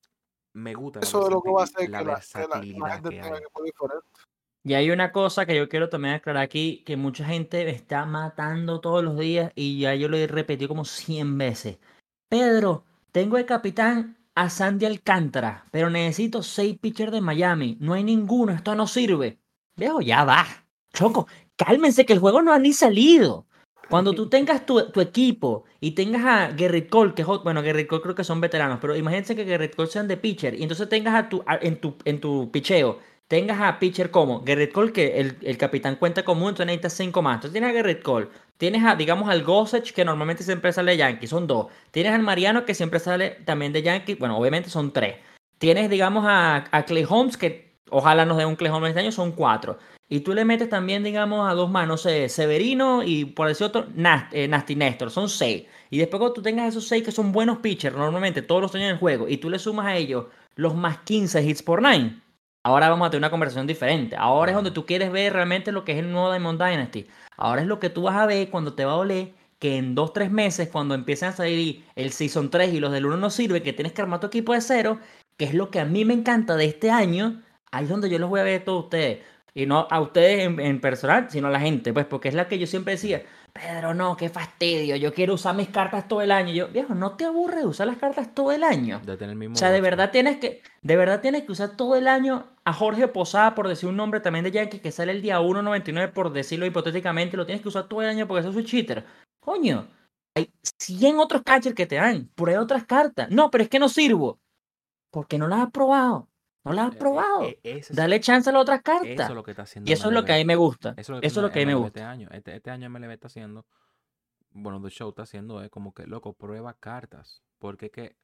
me gusta la, Eso es lo que va a versati- hacer la que la, que la, que la versatilidad gente que tenga hay. que poder diferente. Y hay una cosa que yo quiero también aclarar aquí, que mucha gente me está matando todos los días y ya yo lo he repetido como cien veces. Pedro, tengo de capitán a Sandy Alcántara, pero necesito seis pitchers de Miami. No hay ninguno, esto no sirve. Viejo, ya va. Choco, cálmense que el juego no ha ni salido. Cuando tú tengas tu, tu equipo y tengas a Gerrit Cole, que es ot- bueno, Gerrit Cole creo que son veteranos, pero imagínense que Gerrit Cole sean de pitcher y entonces tengas a tu, a- en tu, en tu picheo, tengas a pitcher como Gerrit Cole, que el, el capitán cuenta como, entonces necesitas cinco más. Entonces tienes a Gerrit Cole, tienes a, digamos, al Gossage, que normalmente siempre sale de Yankees, son dos. Tienes al Mariano, que siempre sale también de Yankees, bueno, obviamente son tres. Tienes, digamos, a, a Clay Holmes, que ojalá nos dé un Clay Holmes este año, son cuatro. Y tú le metes también, digamos, a dos más, no sé, Severino y por decir otro, Nas- eh, Nasty Néstor, son seis. Y después cuando tú tengas esos seis que son buenos pitchers, normalmente todos los años en el juego, y tú le sumas a ellos los más quince hits por nine, ahora vamos a tener una conversación diferente. Ahora es donde Claro. tú quieres ver realmente lo que es el nuevo Diamond Dynasty. Ahora es lo que tú vas a ver cuando te va a doler que en dos tres meses, cuando empiecen a salir el Season tres y los del uno no sirve, que tienes que armar tu equipo de cero, que es lo que a mí me encanta de este año, ahí es donde yo los voy a ver a todos ustedes. Y no a ustedes en, en personal, sino a la gente, pues, porque es la que yo siempre decía, Pedro, no, qué fastidio, yo quiero usar mis cartas todo el año. Y yo, viejo, ¿no te aburre de usar las cartas todo el año? De tener el O mismo sea, de roster. verdad tienes que, de verdad tienes que usar todo el año a Jorge Posada, por decir un nombre también de Yankee, que sale el día uno noventa y nueve, por decirlo hipotéticamente, lo tienes que usar todo el año porque eso es un cheater. Coño, hay cien otros catchers que te dan, prueba otras cartas. No, pero es que no sirvo. Porque no las has probado. No las has Eh, eh, probado. eh, ese es- Dale chance a las otras Eso es cartas. lo que está haciendo Y eso es lo que a M L B. mí me gusta. Eso es lo que Eso es lo está que a mí haciendo me M L B este gusta. año. Este, este año M L B está haciendo, bueno, The Show está haciendo es como que, loco, prueba cartas. Porque es que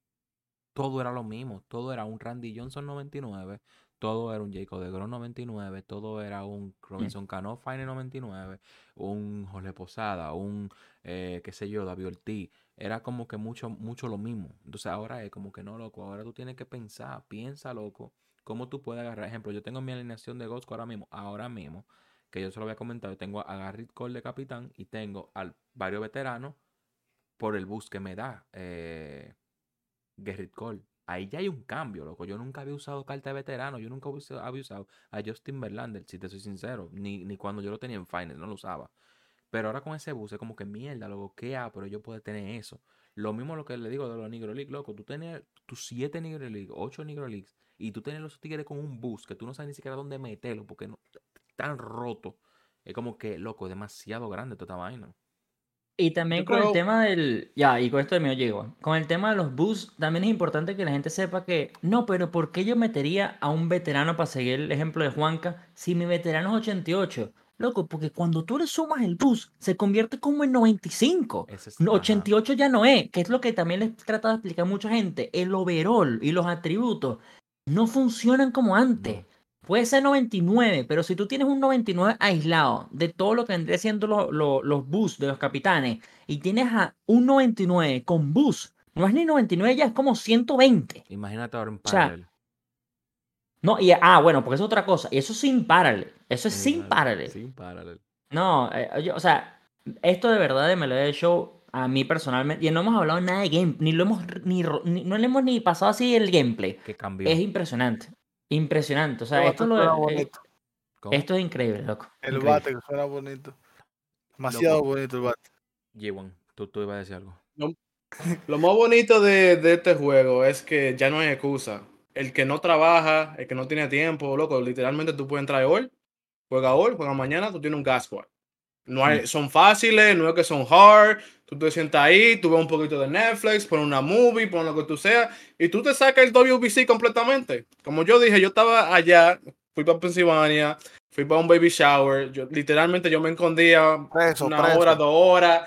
todo era lo mismo. Todo era un Randy Johnson noventa y nueve. Todo era un Jacob deGrom noventa y nueve. Todo era un Robinson Cano Fine noventa y nueve. Un Jorge Posada. Un, eh, qué sé yo, David Ortiz. Era como que mucho, mucho lo mismo. Entonces ahora es como que no, loco. Ahora tú tienes que pensar. Piensa, loco. Cómo tú puedes agarrar. Ejemplo, yo tengo mi alineación de Ghost ahora mismo. Ahora mismo. Que yo se lo había comentado. Yo tengo a Garrett Cole de capitán. Y tengo a varios veteranos. Por el boost que me da. Eh, Gerrit Cole. Ahí ya hay un cambio, loco. Yo nunca había usado carta de veterano. Yo nunca había usado a Justin Verlander, si te soy sincero. Ni, ni cuando yo lo tenía en Finals, no lo usaba. Pero ahora con ese bus es como que mierda, loco. ¿Qué ha? Pero yo puedo tener eso. Lo mismo lo que le digo de los Negro League, loco. Tú tenías tus siete Negro League, ocho Negro Leagues. Y tú tienes los tigres con un bus que tú no sabes ni siquiera dónde meterlo porque no, están rotos. Es como que, loco, es demasiado grande toda esta vaina. Y también Yo con el creo, tema del... Ya, y con esto mío llego. Con el tema de los boosts, también es importante que la gente sepa que... No, pero ¿por qué yo metería a un veterano para seguir el ejemplo de Juanca si mi veterano es ochenta y ocho? Loco, porque cuando tú le sumas el boost, se convierte como en noventa y cinco. Ese es, No, ajá. ochenta y ocho ya no es, que es lo que también les he tratado de explicar a mucha gente. El overall y los atributos no funcionan como antes. No. Puede ser noventa y nueve, pero si tú tienes un noventa y nueve aislado de todo lo que vendría siendo lo- lo- los boosts de los capitanes y tienes a un noventa y nueve con boost, no es ni noventa y nueve ya, es como ciento veinte. Imagínate ahora en O sea, paralel. no, y ah, bueno, porque es otra cosa, y eso sin paralel, eso es sin Igual, paralel. sin paralel. No, eh, yo- o sea, esto de verdad de M L B Show, a mí personalmente, y no hemos hablado nada de game, ni lo hemos, ni, ro- ni- no le hemos ni pasado así el gameplay. Que Es cambió. impresionante, impresionante. O El sea, bate esto, lo, suena eh, bonito. ¿Cómo? esto es increíble, loco. El Increíble. bate que suena bonito. Demasiado Loco, bonito el bate. Yewan, tú, tú ibas a decir algo. lo, lo más bonito de, de este juego es que ya no hay excusa. El que no trabaja, el que no tiene tiempo, loco, literalmente tú puedes entrar hoy, juega hoy, juega mañana, tú tienes un gas squad. No hay, Mm. son fáciles, no es que son hard. Tú te sientas ahí, tú ves un poquito de Netflix, pones una movie, pones lo que tú seas, y tú te sacas el W B C completamente. Como yo dije, yo estaba allá, fui para Pensilvania, fui para un baby shower. Yo, literalmente yo me escondía Preso, una preso. hora, dos horas.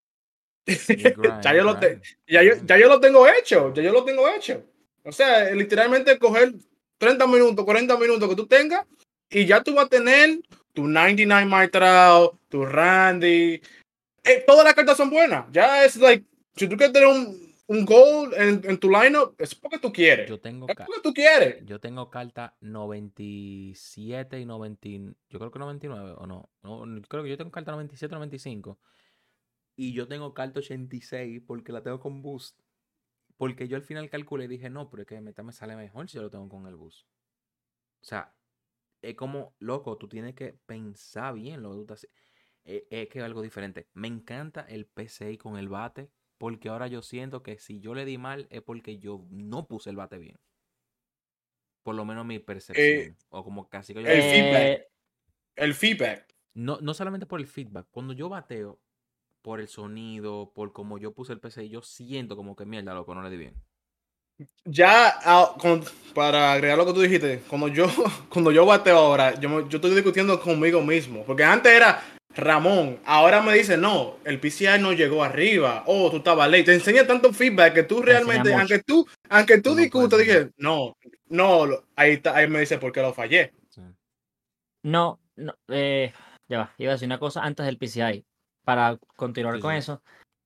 Y grind, ya, yo lo te- grind, ya, yo, grind. ya yo lo tengo hecho, ya yo lo tengo hecho. O sea, literalmente coger treinta minutos, cuarenta minutos que tú tengas, y ya tú vas a tener tu noventa y nueve Mike Trout, tu Randy. Eh, todas las cartas son buenas. Ya es like, si tú quieres tener un, un gold en, en tu lineup, es porque tú quieres. Yo tengo, Es ca- porque tú quieres. yo tengo carta noventa y siete y noventa, y- yo creo que noventa y nueve o no. No, n- creo que yo tengo carta noventa y siete, noventa y cinco. Y yo tengo carta ochenta y seis porque la tengo con boost. Porque yo al final calculé y dije, no, pero es que meta me sale mejor si yo lo tengo con el boost. O sea, es como, loco, tú tienes que pensar bien lo que tú estás haciendo. Es, es que es algo diferente. Me encanta el P C I con el bate, porque ahora yo siento que si yo le di mal es porque yo no puse el bate bien. Por lo menos mi Eh, percepción. O como casi que yo el digo, feedback. Eh, El feedback. no, no solamente por el feedback. Cuando yo bateo, por el sonido, por como yo puse el P C I, yo siento como que mierda, loco, no le di bien. Ya, ah, con- para agregar lo que tú dijiste, cuando yo, cuando yo bateo ahora, yo, me- yo estoy discutiendo conmigo mismo. Porque antes era Ramón, ahora me dice, no, el P C I no llegó arriba. Oh, tú estabas late. Te enseña tanto feedback que tú Te enseña realmente, mucho. aunque tú, aunque tú Tú no puedes discutas, enseñar. dije, no, no, lo- ahí, está, ahí me dice por qué lo fallé. Sí. No, no, eh, ya va, iba a decir una cosa antes del P C I, para continuar Sí, con sí. eso.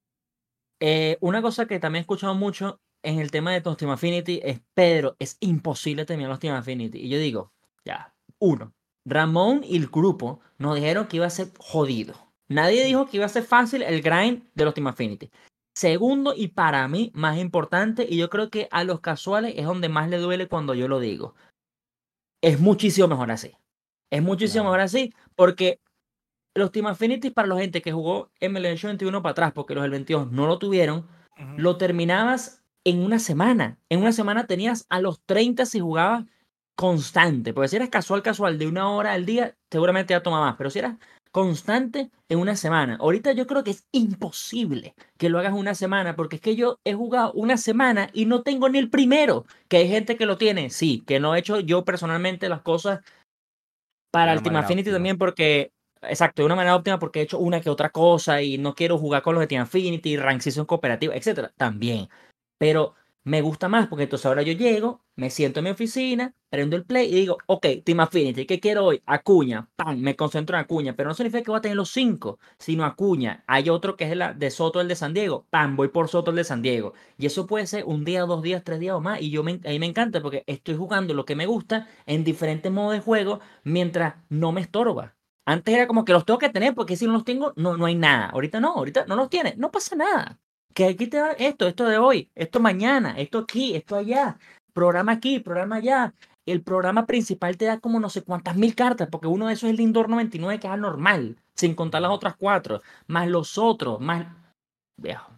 Eh, una cosa que también he escuchado mucho en el tema de los Team Affinity es, Pedro, es imposible terminar los Team Affinity. Y yo digo, ya, uno, Ramón y el grupo nos dijeron que iba a ser jodido. Nadie dijo que iba a ser fácil el grind de los Team Affinity. Segundo, y para mí, más importante, y yo creo que a los casuales es donde más le duele cuando yo lo digo, es muchísimo mejor así. Es muchísimo Claro. mejor así porque los Team Affinity para la gente que jugó M L G veintiuno para atrás, porque los del veintidós no lo tuvieron, Ujú. lo terminabas en una semana. En una semana tenías a los treinta si jugabas constante. Porque si eras casual, casual, de una hora al día, seguramente ya toma más. Pero si eras constante en una semana. Ahorita yo creo que es imposible que lo hagas una semana, porque es que yo he jugado una semana y no tengo ni el primero. Que hay gente que lo tiene, sí, que no he hecho yo personalmente las cosas para De el una Team manera Affinity óptima. también porque, exacto, de una manera óptima porque he hecho una que otra cosa y no quiero jugar con los de Team Affinity, Rank Season cooperativa, etcétera. También. Pero me gusta más porque entonces ahora yo llego, me siento en mi oficina, prendo el play y digo, ok, Team Affinity, ¿qué quiero hoy? Acuña, ¡pam! Me concentro en Acuña, pero no significa que voy a tener los cinco, sino Acuña. Hay otro que es el de Soto, el de San Diego, ¡pam! Voy por Soto, el de San Diego. Y eso puede ser un día, dos días, tres días o más. Y yo me, a mí me encanta porque estoy jugando lo que me gusta en diferentes modos de juego mientras no me estorba. Antes era como que los tengo que tener porque si no los tengo, no, no hay nada. Ahorita no, ahorita no los tienes, no pasa nada. Que aquí te da esto, esto de hoy, esto mañana, esto aquí, esto allá, programa aquí, programa allá. El programa principal te da como no sé cuántas mil cartas, porque uno de esos es el Lindor noventa y nueve, que es anormal, sin contar las otras cuatro, más los otros, más. Viejo,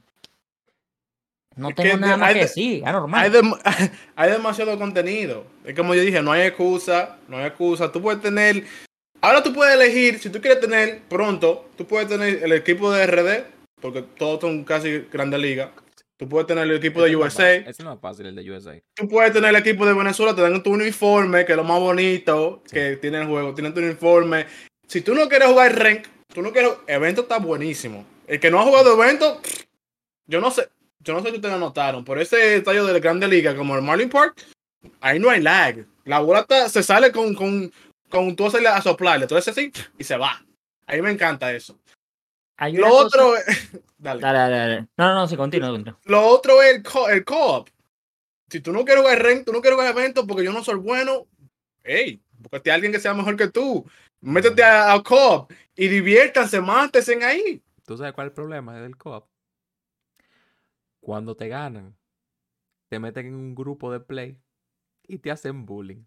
no Es tengo que nada de- más hay, que de- decir, hay, anormal. dem- hay demasiado contenido. Es como yo dije, no hay excusa, no hay excusa. Tú puedes tener, ahora tú puedes elegir, si tú quieres tener pronto, tú puedes tener el equipo de R D, porque todos son casi grandes ligas. Tú puedes tener el equipo Ese de es más fácil, U S A. ese es más fácil, el de U S A. Tú puedes tener el equipo de Venezuela, te dan tu uniforme, que es lo más bonito Sí. que tiene el juego. Tienen tu uniforme. Si tú no quieres jugar rank, tú no quieres. Evento está buenísimo. El que no ha jugado evento, yo no sé. Yo no sé si ustedes lo notaron. Por ese estadio de la Grande Liga, como el Marlin Park, ahí no hay lag. La bola está- se sale con, con, con tú hacerle a soplarle. Entonces así y se va. A mí me encanta eso. Hay Lo una cosa. otro. Dale. Dale, dale, dale. No, no, no, sí, continúa, continúa. Lo otro es el co- el co-op. Si tú no quieres jugar rank, tú no quieres jugar evento porque yo no soy bueno, hey, búscate a alguien que sea mejor que tú. Métete a, a co-op y diviértanse, mátense ahí. ¿Tú sabes cuál es el problema del co-op? Cuando te ganan, te meten en un grupo de play y te hacen bullying.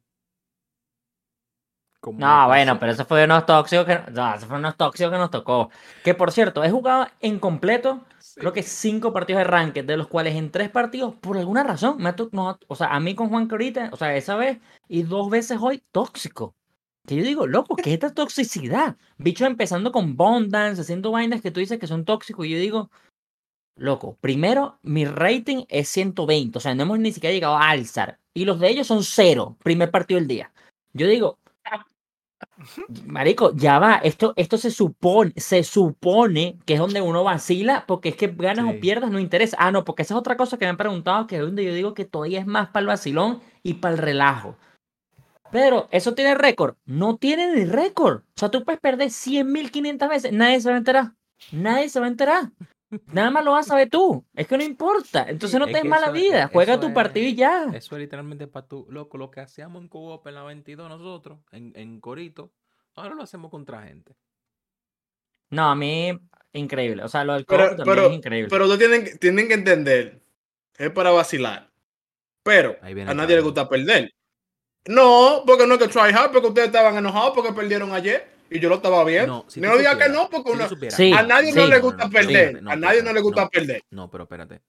Como me No, bueno, pasó. pero eso fue de unos tóxicos que, no, eso fue unos tóxicos que nos tocó. Que por cierto, he jugado en completo, Sí. creo que cinco partidos de ranked, de los cuales en tres partidos, por alguna razón, me ha to- no, o sea, a mí con Juan Corita, o sea, esa vez y dos veces hoy, tóxico. Que yo digo, loco, ¿qué es esta toxicidad? Bicho empezando con Bond Dance, haciendo vainas que tú dices que son tóxicos, y yo digo, loco, primero, mi rating es ciento veinte, o sea, no hemos ni siquiera llegado a alzar, y los de ellos son cero, primer partido del día. Yo digo, marico, ya va, esto, esto se supone, se supone que es donde uno vacila, porque es que ganas o Sí. pierdas no interesa. Ah, no, porque esa es otra cosa que me han preguntado, que es donde yo digo que todavía es más para el vacilón y para el relajo. Pero, ¿eso tiene récord? No tiene ni récord. O sea, tú puedes perder cien mil quinientas veces, nadie se va a enterar. Nadie se va a enterar. Nada más lo vas a saber tú. Es que no importa. Entonces no Es te des que mala eso, vida. es- Juega eso tu partido y es, ya. eso es literalmente para tu, loco, lo que hacíamos en co-op en la veintidós nosotros, en, en Corito, ahora lo hacemos contra gente. No, a mí, increíble. O sea, lo del Pero, co-op también es pero, increíble. pero ustedes tienen, que- tienen que entender, es para vacilar. Pero Ahí viene a el nadie le tryhard. gusta perder. No, porque no es que try hard, porque ustedes estaban enojados porque perdieron ayer y yo lo estaba viendo. No, si No tú diga que supieras, no, porque si tú uno- supieras, Sí, a no, nadie no sí, le no, no, gusta no, pero sí. perder. espérate, no, A pero nadie no le espérate, gusta no, perder. no, pero espérate.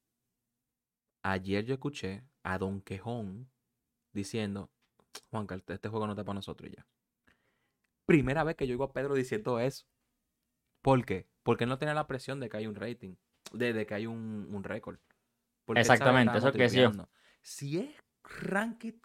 Ayer yo escuché a Don Quejón diciendo, Juanca, este este juego no está para nosotros y ya. Primera vez que yo oigo a Pedro diciendo eso. ¿Por qué? Porque él no tenía la presión de que hay un rating, de, de que hay un, un récord. Porque él sabe que Exactamente, estábamos eso que decía yo. tripeando. Si es ranked,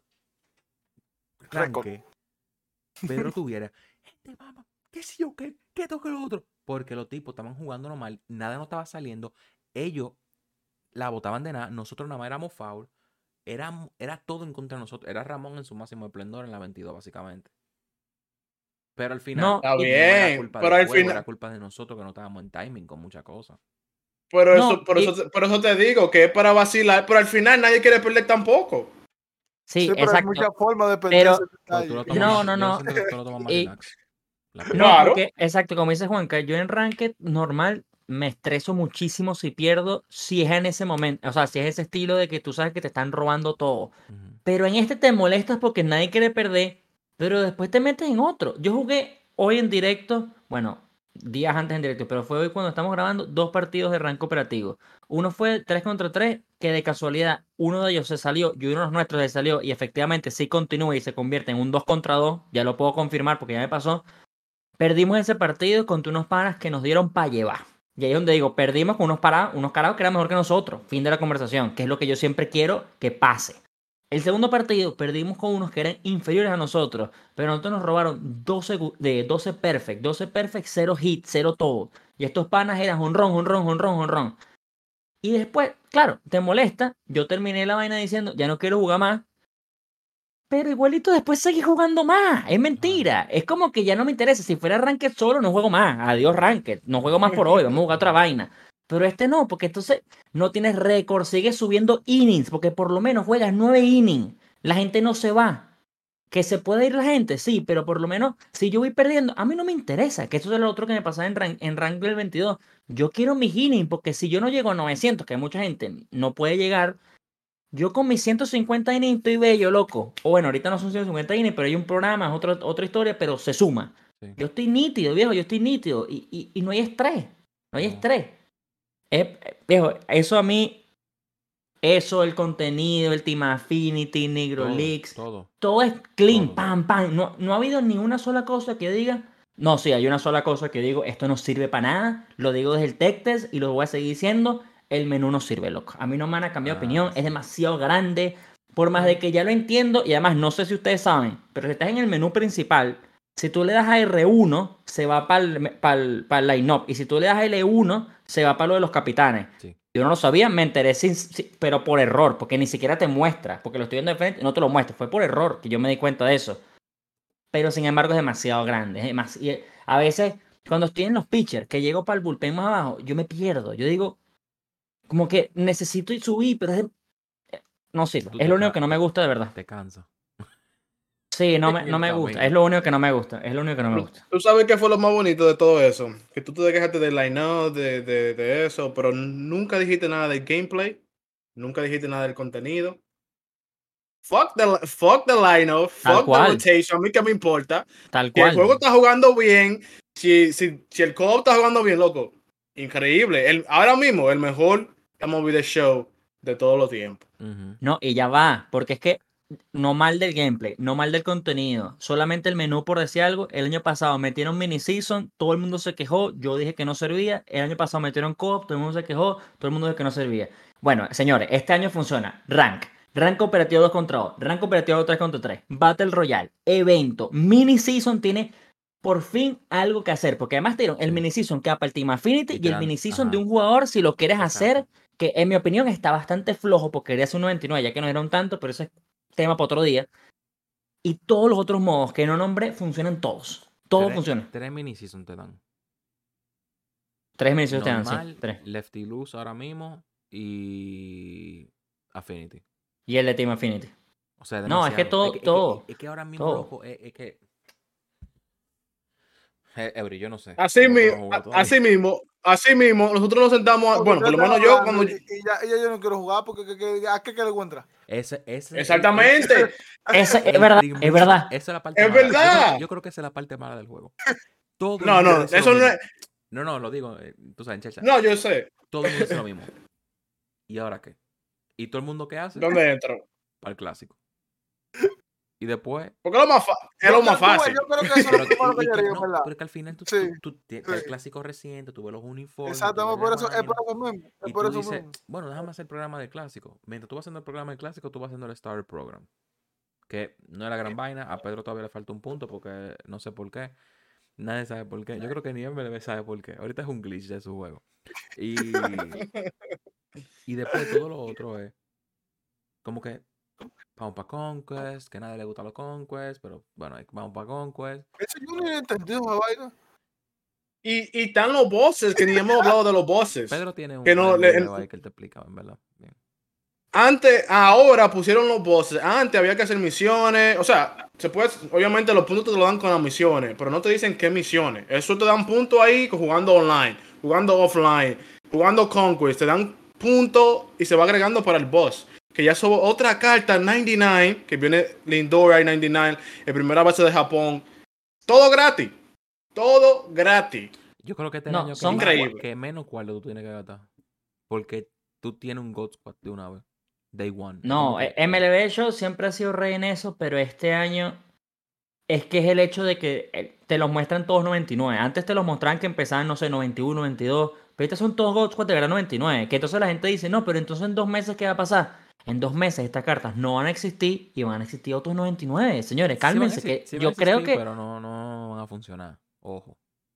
Récord. ranque, Pedro tuviera, gente, mamá, qué sé yo, qué, qué esto, qué lo otro. Porque los tipos estaban jugando normal, nada no estaba saliendo. Ellos la botaban de nada, nosotros nada más éramos foul. Era, era todo en contra de nosotros. Era Ramón en su máximo esplendor en la veintidós, básicamente. Pero al final, No, Está y- no era bien, culpa pero del al juego, era final, culpa de nosotros que no estábamos en timing con muchas cosas. pero no, eso, por y- eso, te- por eso te digo que es para vacilar, pero al final nadie quiere perder tampoco. sí, Sí, pero hay exacto. muchas formas de Pero, perder ese Pero tú lo detalle. tomas no, más, no, yo no. siento que tú lo tomas más Y, relax. La no, pelea. Claro. porque, exacto, como dice Juanca, yo en Ranked normal me estreso muchísimo si pierdo, si es en ese momento, o sea, si es ese estilo de que tú sabes que te están robando todo. Ujú. Pero en este te molestas porque nadie quiere perder, pero después te metes en otro. Yo jugué hoy en directo, bueno, días antes en directo, pero fue hoy cuando estamos grabando dos partidos de rank cooperativo. Uno fue tres contra tres, que de casualidad uno de ellos se salió y uno de los nuestros se salió y efectivamente sí continúa y se convierte en un dos contra dos, ya lo puedo confirmar porque ya me pasó. Perdimos ese partido contra unos panas que nos dieron para llevar. Y ahí es donde digo, perdimos con unos parados, unos carados que eran mejor que nosotros. Fin de la conversación, que es lo que yo siempre quiero que pase. El segundo partido perdimos con unos que eran inferiores a nosotros, pero nosotros nos robaron doce gu- de doce perfect, doce perfect, cero hit, cero todo. Y estos panas eran honrón, honrón, honrón, honrón. Y después, claro, te molesta. Yo terminé la vaina diciendo, ya no quiero jugar más. Pero igualito después seguí jugando más. Es mentira. Es como que ya no me interesa. Si fuera Ranked solo, no juego más. Adiós Ranked. No juego más por hoy. Vamos a jugar otra vaina. Pero este no, porque entonces no tienes récord. Sigues subiendo innings. Porque por lo menos juegas nueve innings. La gente no se va. Que se puede ir la gente, sí. Pero por lo menos, si yo voy perdiendo, a mí no me interesa. Que eso es lo otro que me pasaba en, rank, en Ranked del veintidós. Yo quiero mis innings. Porque si yo no llego a novecientos, que mucha gente no puede llegar. Yo con mis ciento cincuenta innings estoy bello, loco. O bueno, ahorita no son ciento cincuenta innings, pero hay un programa, es otra, otra historia, pero se suma. Sí. Yo estoy nítido, viejo, yo estoy nítido. Y, y, y no hay estrés. No hay No. estrés. Es- eh, viejo, eso a mí, eso, el contenido, el Team Affinity, Negro Todo, Leaks, todo. todo es clean, Todo. pam, pam. No, no ha habido ni una sola cosa que diga. No, sí, hay una sola cosa que digo, esto no sirve para nada. Lo digo desde el tech test y lo voy a seguir diciendo. El menú no sirve, loco. A mí no me van a cambiar Ah, opinión. sí. Es demasiado grande. Por más de que ya lo entiendo. Y además, no sé si ustedes saben. Pero si estás en el menú principal. Si tú le das a R uno, se va para el, para el, para el line-up. Y si tú le das a L uno, se va para lo de los capitanes. Sí. Yo no lo sabía, me enteré sin, sin- pero por error, porque ni siquiera te muestra, porque lo estoy viendo de frente, no te lo muestra, fue por error que yo me di cuenta de eso. Pero sin embargo es demasiado grande, es demasi- y a veces cuando estoy en los pitchers, que llego para el bullpen más abajo, yo me pierdo, yo digo, como que necesito ir subir, pero es, no sirve, Tú es te lo único ca- que no te- me gusta de verdad. Te cansa. Sí, no me, En no el me gusta, camino. es lo único que no me gusta, es lo único que no me Tú, gusta. tú sabes qué fue lo más bonito de todo eso. Que tú te quejaste del line-up, de, de, de eso, pero nunca dijiste nada del gameplay. Nunca dijiste nada del contenido. Fuck the, fuck the line-up, Tal fuck the cual, rotation. A mí qué me importa. tal Si el juego cual. está jugando bien, si, si, si el co-op está jugando bien, loco. Increíble. El, ahora mismo, el mejor M L B The Show de todos los tiempos. Ujú. No, y ya va, porque es que no mal del gameplay, no mal del contenido, solamente el menú por decir algo. El año pasado metieron mini season, todo el mundo se quejó, yo dije que no servía. El año pasado metieron co-op, todo el mundo se quejó, todo el mundo dijo que no servía. Bueno, señores, este año funciona rank, rank cooperativo dos contra dos, rank cooperativo tres contra tres, Battle Royale, evento, mini season. Tiene por fin algo que hacer, porque además te dieron el Sí. mini season que para el Team Affinity Y y te el dan- mini season ajá. de un jugador si lo quieres Exacto. hacer, que en mi opinión está bastante flojo porque quería hacer un noventa y nueve, ya que no era un tanto, pero eso es tema para otro día. Y todos los otros modos que no nombré funcionan todos. Todo Tres- funciona. Tres mini season te dan. Tres miniaturas te dan, sí. Normal, Tres. Lefty Loose ahora mismo y Affinity. Y el de Team Affinity. O sea, No, es que demasiado. todo, es que, es que- todo. es que ahora mismo, todo. loco, es, es que... Eh, Ebri, yo no sé. Así, cómo mi- tú no jugas a- todavía. así mismo, así mismo, nosotros nos sentamos, a- Porque bueno, por lo ustedes menos están yo hablando cuando... y, y ya, y ya yo no quiero jugar porque que, que- ¿a qué que le encuentra? Ese, ese, el- Exactamente, Esa es el verdad, primer- es verdad. Esa es la parte es mala. Yo creo, verdad. yo creo que esa es la parte mala del juego. Todo el No, mundo no, dice eso lo no mismo. es... No, no, lo digo, eh, tú sabes, chacha. No, yo sé. Todo el mundo dice lo mismo. ¿Y ahora qué? ¿Y todo el mundo qué hace? ¿Dónde entro? Para el clásico. Y después... Porque es lo más, fa- es Yo lo más creo- tú ves, fácil. Yo creo que eso es Pero, lo primero y- que y yo que haría, no, ¿verdad? pero que al final tú, Sí, tú, tú te- el sí. clásico reciente, tú ves los uniformes, tú Exactamente, ves por la eso, es por vaina, eso mismo. Es y por tú eso dices, mismo. bueno, déjame hacer el programa del clásico. Mientras tú vas haciendo el programa del clásico, tú vas haciendo el Starter Program. Que no es la gran vaina. A Pedro todavía le falta un punto porque no sé por qué. Nadie sabe por qué. Yo creo que ni M L B sabe por qué. Ahorita es un glitch de su juego. Y, y después todo lo otro es como que vamos para Conquest, que a nadie le gusta los Conquest, pero bueno, vamos para Conquest. Eso yo no he entendido esa vaina. Y, y están los bosses, que ni hemos hablado de los bosses. Pedro tiene un, que no, un le- video ahí que él te explica, en verdad. Bien. Antes, ahora pusieron los bosses. Antes había que hacer misiones. O sea, se puede, obviamente los puntos te lo dan con las misiones, pero no te dicen qué misiones. Eso te dan puntos ahí jugando online, jugando offline, jugando Conquest. Te dan puntos y se va agregando para el boss. Que ya subo otra carta noventa y nueve, que viene Lindora noventa y nueve, el primera base de Japón. Todo gratis. Todo gratis. Yo creo que este No, año que, son más- increíbles. que menos cuarto tú tienes que gastar. Porque tú tienes un God Squad de una vez. Day one. No, Como que, eh, M L B Show siempre ha sido rey en eso, pero este año es que es el hecho de que eh, te los muestran todos noventa y nueve. Antes te los mostraban que empezaban, no sé, noventa y uno, noventa y dos, pero estos son todos God Squad de verdad noventa y nueve. Que entonces la gente dice, no, pero entonces en dos meses, ¿qué va a pasar? En dos meses estas cartas no van a existir y van a existir otros noventa y nueve. Señores, sí van a cálmense, exi- que sí van a yo creo existir, que... Pero no, no van a funcionar. Ojo.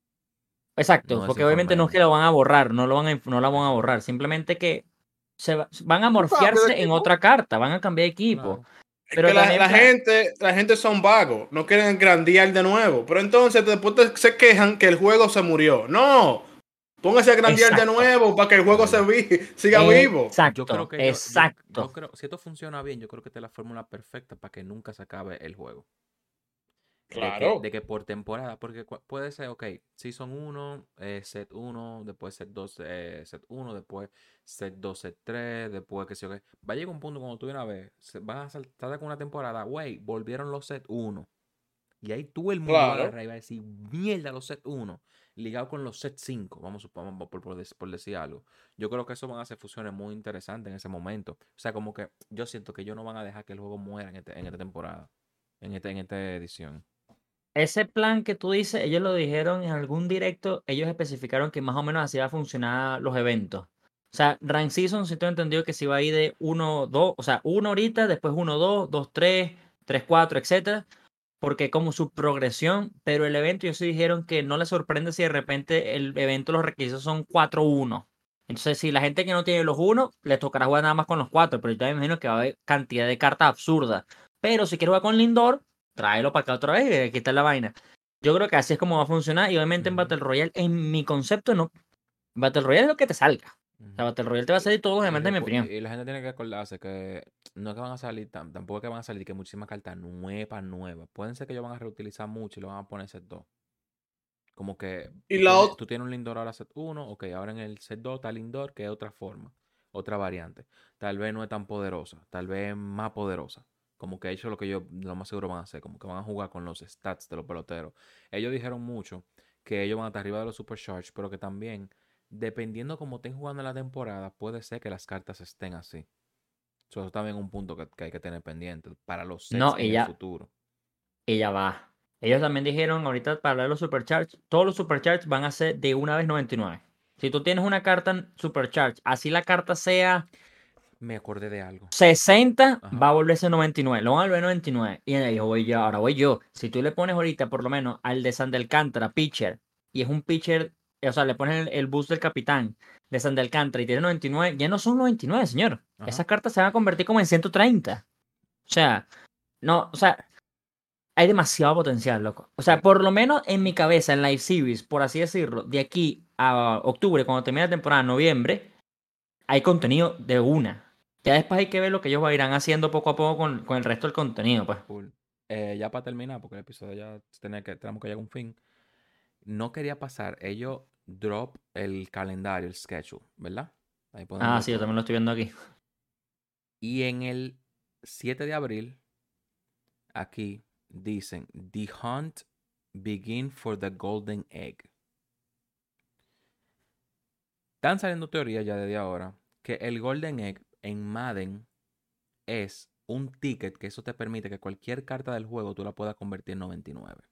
Exacto, No porque obviamente no es que desinformemos. lo van a borrar, no lo van a, no la van a borrar, simplemente que se va- van a cambio de morfiarse en equipo. otra carta, van a cambiar de equipo. Claro. Es Pero que la, también la pla- gente, la gente son vagos, no quieren grandear de nuevo. Pero entonces después te- se quejan que el juego se murió. No, póngase a grandear de Exacto. nuevo para que el juego se vi- siga vivo. Exacto, Yo creo que yo- yo- exacto. yo creo, si esto funciona bien, yo creo que esta es la fórmula perfecta para que nunca se acabe el juego. De que, Claro. de que por temporada, porque cu- puede ser, ok, Season uno, eh, Set uno, después Set dos, eh, Set uno, después Set dos, Set tres, después que sé yo qué. Va a llegar un punto cuando tú vienes a ver, se- vas a saltar con una temporada, güey, volvieron los Set uno. Y ahí todo el mundo va a Claro. agarrar y va a decir, mierda, los Set uno, ligado con los Set cinco, vamos, a supor- vamos por, por dec- por decir algo. Yo creo que eso van a hacer fusiones muy interesantes en ese momento. O sea, como que yo siento que ellos no van a dejar que el juego muera en, este- en esta temporada, en, este, en esta edición. Ese plan que tú dices, ellos lo dijeron en algún directo, ellos especificaron que más o menos así va a funcionar los eventos. O sea, Rain Season, si tú has entendido que si va a ir de uno, dos, o sea, uno ahorita, después uno, dos, dos, tres, tres, cuatro, etcétera, porque como su progresión, pero el evento ellos sí dijeron que no les sorprende si de repente el evento, los requisitos son cuatro uno. Entonces, si la gente que no tiene los uno, les tocará jugar nada más con los cuatro, pero yo también me imagino que va a haber cantidad de cartas absurdas. Pero si quieres jugar con Lindor, tráelo para acá otra vez y aquí está la vaina. Yo creo que así es como va a funcionar. Y obviamente en Ujú. Battle Royale, en mi concepto, no. Battle Royale es lo que te salga. O sea, Ujú. Battle Royale te va a salir todo, Y, obviamente, en mi recu- opinión. y la gente tiene que acordarse que no es que van a salir, tam- tampoco es que van a salir que muchísimas cartas nuevas, nuevas. Pueden ser que ellos van a reutilizar mucho y lo van a poner set dos. Como que Y tú la tienes, ot- tú tienes un Lindor ahora set uno, ok, ahora en el set dos está Lindor, que es otra forma, otra variante. Tal vez no es tan poderosa, tal vez es más poderosa. Como que eso es lo que ellos lo más seguro van a hacer, como que van a jugar con los stats de los peloteros. Ellos dijeron mucho que ellos van a estar arriba de los Supercharge, pero que también, dependiendo cómo estén jugando en la temporada, puede ser que las cartas estén así. So, eso también es un punto que, que hay que tener pendiente para los sets No, y en el ya, futuro. y ya va. Ellos también dijeron ahorita para hablar de los Supercharge, todos los Supercharge van a ser de una vez noventa y nueve. Si tú tienes una carta Supercharge, así la carta sea Me acordé de algo. sesenta, Ajá. va a volverse noventa y nueve. Lo van a volver noventa y nueve. Y ahí voy yo, ahora voy yo. Si tú le pones ahorita, por lo menos, al de Sandelcántara, pitcher, y es un pitcher, o sea, le pones el, el boost del capitán de Sandelcántara y tiene noventa y nueve, ya no son noventa y nueve, señor. Ajá. Esas cartas se van a convertir como en ciento treinta. O sea, no, o sea, hay demasiado potencial, loco. O sea, por lo menos en mi cabeza, en Live Series, por así decirlo, de aquí a octubre, cuando termine la temporada, noviembre, hay contenido de una. Ya después hay que ver lo que ellos irán haciendo poco a poco con, con el resto del contenido, pues. Cool. Eh, ya para terminar, porque el episodio ya tenía que, tenemos que llegar a un fin. No quería pasar. Ellos drop el calendario, el schedule, ¿verdad? Ahí pueden Ah, ver sí, yo todo. también lo estoy viendo aquí. Y en el siete de abril, aquí dicen: The hunt begin for the golden egg. Están saliendo teorías ya desde ahora que el golden egg en Madden es un ticket que eso te permite que cualquier carta del juego tú la puedas convertir en noventa y nueve.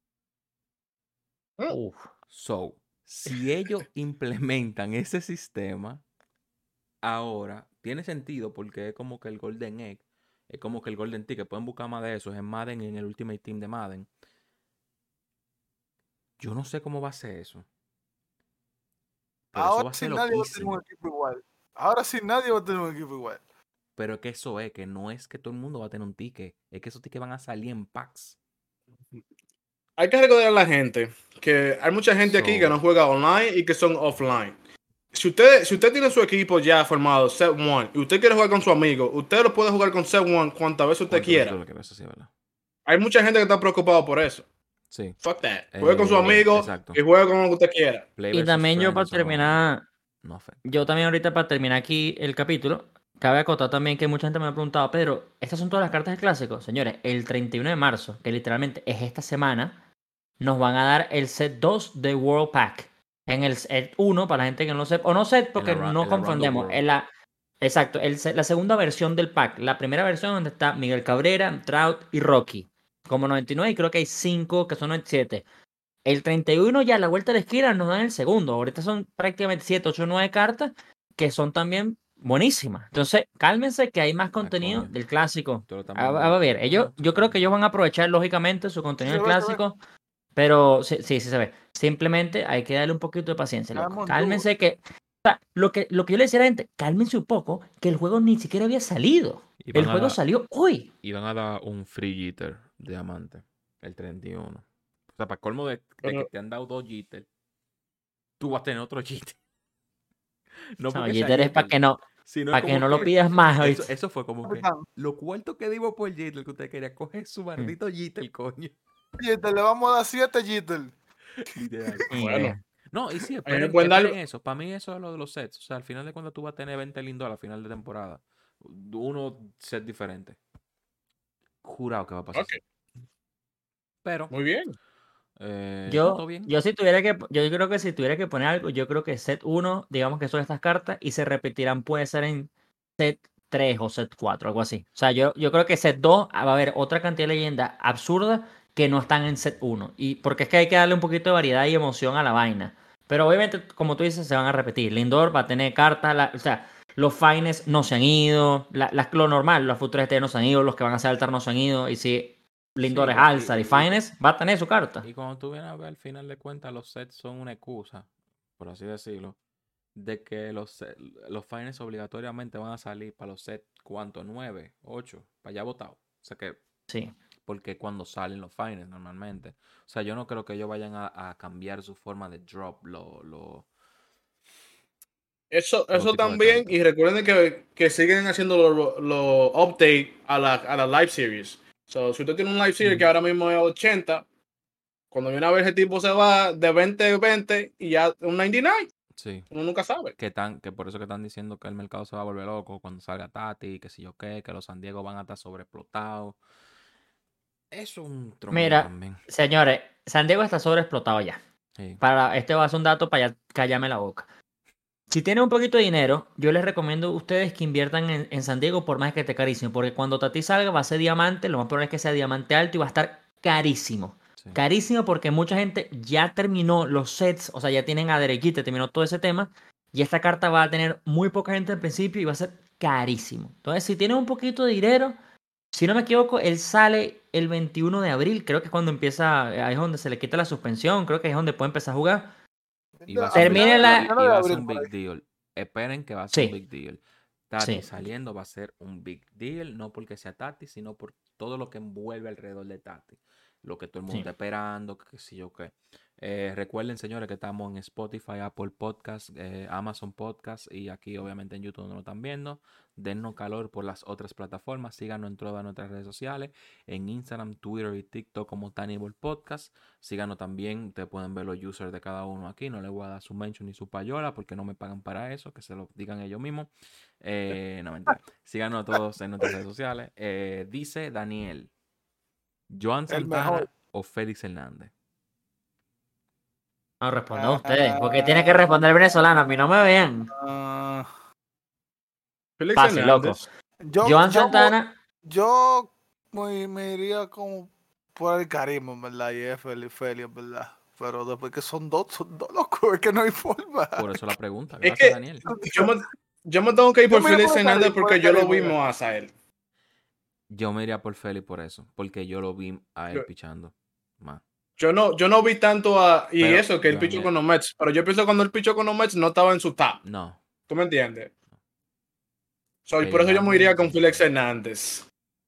Uf. So, si ellos implementan ese sistema, ahora tiene sentido porque es como que el golden egg, es como que el golden ticket, pueden buscar más de eso, es en Madden y en el Ultimate Team de Madden. Yo no sé cómo va a ser eso. Pero eso va Ahora a sí ser nadie va a tener un loquísimo. equipo igual. Ahora sí nadie va a tener un equipo igual. Pero que eso es, que no es que todo el mundo va a tener un ticket, es que esos tickets van a salir en packs. Hay que recordar a la gente que hay mucha gente aquí que So- no juega online y que son offline. Si usted, si usted tiene su equipo ya formado, set one, y usted quiere jugar con su amigo, usted lo puede jugar con set one cuantas veces usted ¿Cuánto veces tú quiera. lo quieres? Eso sí, ¿verdad? Hay mucha gente que está preocupada por eso. Sí. Fuck that. Juegue con su Eh, amigo exacto. y juegue con lo que usted quiera. Play Y versus también yo friends, para eso no- terminar, no afecta. yo también ahorita para terminar aquí el capítulo, cabe acotar también que mucha gente me ha preguntado, Pedro, ¿estas son todas las cartas del clásico? Señores, el treinta y uno de marzo, que literalmente es esta semana, nos van a dar el set dos de World Pack. En el set uno, para la gente que no lo sepa, o no set porque En la ra- no en la Round the confundemos, World. en la, exacto, el set- la segunda versión del pack. La primera versión donde está Miguel Cabrera, Trout y Rocky. Como noventa y nueve y creo que hay cinco que son noventa y siete. El treinta y uno ya a la vuelta de la esquina nos dan el segundo. Ahorita son prácticamente siete, ocho, nueve cartas que son también buenísimas. Entonces, cálmense que hay más contenido coño. del clásico. Tú lo estás A, viendo a ahí. ver, ellos, No, tú yo creo estás que ellos van a aprovechar lógicamente su contenido Sí, del se ve, se ve. clásico, pero sí, sí, sí se ve. Simplemente hay que darle un poquito de paciencia, loco. Diamond Cálmense que, o sea, lo que, lo que yo le decía a la gente, cálmense un poco, que el juego ni siquiera había salido. Y El van a juego dar- salió hoy. Y van a dar un free jitter de diamante. El treinta y uno. O sea, para colmo de, de Pero- que te han dado dos jitters, tú vas a tener otro jitter. No No, porque sea Jeter es para jitter, que no, sino para que como no lo pidas más, Eso, ¿oíste? eso fue como que Capitán. lo cuarto que dimos por jitter que usted quería coger su maldito jitter, coño. Jitter, le vamos a dar siete Jitter. Literal. Sí, Bueno. eh. No, y sí, A mí me esperen, pueden dar- esperen eso. Para mí eso es lo de los sets. O sea, al final de cuando tú vas a tener veinte lindos a la final de temporada. Uno set diferente. Jurado que va a pasar. Ok, así. Pero, muy bien. eh, está Yo, todo bien. yo si tuviera que, yo creo que si tuviera que poner algo, yo creo que set uno, digamos que son estas cartas, y se repetirán, puede ser en set tres o set cuatro, algo así. O sea, yo, yo creo que set dos va a haber otra cantidad de leyendas absurdas que no están en set uno. Y porque es que hay que darle un poquito de variedad y emoción a la vaina. Pero obviamente, como tú dices, se van a repetir. Lindor va a tener cartas, la- o sea, los fines no se han ido, la, las- lo normal, los futuros T no se han ido, los que van a ser altar no se han ido, y si Lindor Sí, es y- alza y- y y- fines, va a tener su carta. Y cuando tú vienes a ver, al final de cuentas, los sets son una excusa, por así decirlo, de que los, se- los finals obligatoriamente van a salir para los sets, ¿cuánto? nueve, ocho, para allá votado. O sea que, Sí. porque cuando salen los finals normalmente. O sea, yo no creo que ellos vayan a, a cambiar su forma de drop, lo, lo, Eso, Todo eso tipo de también. cartas. Y recuerden que, que siguen haciendo los lo updates a la, a la live series. So, si usted tiene un live series que Ujú. ahora mismo es ochenta, cuando viene a ver ese tipo se va de veinte a veinte y ya un noventa y nueve. sí. Uno nunca sabe. Que, tan, que por eso que están diciendo que el mercado se va a volver loco cuando salga Tati, que si yo qué, que los San Diego van a estar sobreexplotados. Eso es un trombollo Mira, también. señores, San Diego está sobreexplotado ya. Sí. Para, este va a ser un dato para ya callarme la boca. Si tienen un poquito de dinero, yo les recomiendo a ustedes que inviertan en, en San Diego por más que esté carísimo. Porque cuando Tati salga va a ser diamante, lo más probable es que sea diamante alto y va a estar carísimo. Sí. Carísimo porque mucha gente ya terminó los sets, o sea, ya tienen a Derechite, terminó todo ese tema. Y esta carta va a tener muy poca gente al principio y va a ser carísimo. Entonces, si tienen un poquito de dinero, si no me equivoco, él sale el veintiuno de abril. Creo que es cuando empieza, ahí es donde se le quita la suspensión. Creo que es donde puede empezar a jugar. Y va a ser un Termine big- la- y- y va a ser un big deal. Esperen que va a ser un Sí. big deal. Tati Sí. saliendo va a ser un big deal, no porque sea Tati, sino por todo lo que envuelve alrededor de Tati. Lo que todo el mundo Sí. está esperando, que sí yo qué. Eh, recuerden, señores, que estamos en Spotify, Apple Podcast, eh, Amazon Podcast y aquí obviamente en YouTube donde lo están viendo. Dennos calor por las otras plataformas. Síganos en todas nuestras redes sociales, en Instagram, Twitter y TikTok como Tannibal Podcast. Síganos también, ustedes pueden ver los users de cada uno aquí. No les voy a dar su mention ni su payola porque no me pagan para eso, que se lo digan ellos mismos. Eh, no, mentira. Síganos todos en nuestras redes sociales. Eh, dice Daniel, Joan El Santana mejor. o Félix Hernández. No, respondan ustedes, porque tiene que responder el venezolano, a mí no me vean. Ah, Félix Fácil, loco. Hernández. yo, Joan yo, Santana, yo me, me iría como por el carisma, en verdad, y es Feli, Feli, en verdad. Pero después que son dos, son dos locos, es que no hay forma. Por eso la pregunta. Es Gracias, que Daniel. yo me, yo me tengo que ir Yo por me iría Félix por el Hernández carisma, por porque el yo lo carisma, vi ya. más a él. Yo me iría por Félix por eso, porque yo lo vi a él Yo- pichando más. Yo no, yo no vi tanto a. Y Pero eso, que él yo pichó añe- con los Mets. Pero yo pienso que cuando él pichó con los Mets no estaba en su top. No. ¿Tú me entiendes? So, y Félix por eso yo me iría con Hernández. Félix Hernández.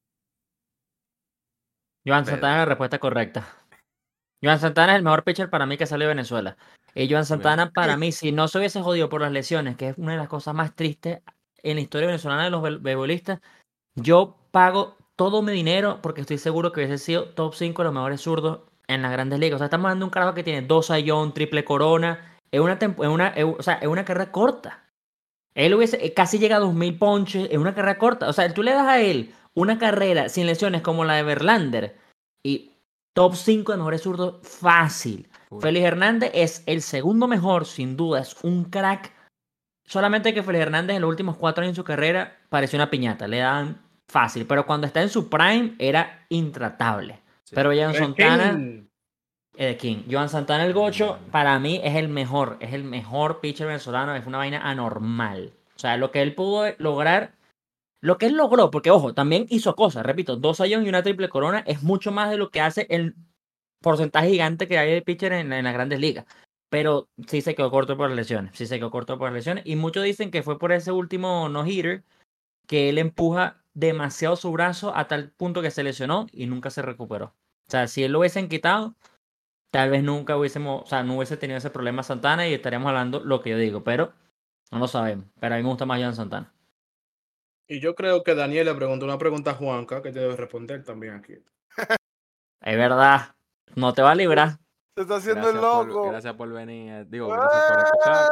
Joan Pedro. Santana es la respuesta correcta. Joan Santana es el mejor pitcher para mí que salió de Venezuela. Y Joan Muy bien. Santana, para mí, si no se hubiese jodido por las lesiones, que es una de las cosas más tristes en la historia venezolana de los be- beisbolistas, yo pago todo mi dinero porque estoy seguro que hubiese sido top cinco de los mejores zurdos en las grandes ligas. O sea, estamos hablando de un carajo que tiene dos sayón, triple corona, en una, tempo- en una, en- o sea, en una carrera corta. Él hubiese eh, casi llega a dos mil ponches en una carrera corta. O sea, tú le das a él una carrera sin lesiones como la de Verlander y top cinco de mejores zurdos fácil. Full. Félix Hernández es el segundo mejor, sin duda, es un crack. Solamente que Félix Hernández en los últimos cuatro años en su carrera pareció una piñata, le dan fácil, pero cuando está en su prime era intratable. Sí. Pero Joan Es Santana, King. eh, King. Joan Santana el Gocho, para mí es el mejor, es el mejor pitcher venezolano, es una vaina anormal. O sea, lo que él pudo lograr, lo que él logró, porque ojo, también hizo cosas, repito, dos años y una triple corona es mucho más de lo que hace el porcentaje gigante que hay de pitcher en, en las grandes ligas. Pero sí se quedó corto por las lesiones, sí se quedó corto por las lesiones. Y muchos dicen que fue por ese último no-hitter que él empuja demasiado su brazo a tal punto que se lesionó y nunca se recuperó. O sea, si él lo hubiesen quitado, tal vez nunca hubiésemos, o sea, no hubiese tenido ese problema Santana y estaríamos hablando lo que yo digo, pero no lo sabemos. Pero a mí me gusta más Joan Santana. Y yo creo que Daniel le preguntó una pregunta a Juanca que te debe responder también aquí. Es verdad, no te va a librar. Se está haciendo Gracias el por, loco. gracias por venir. eh, Digo, gracias por escuchar.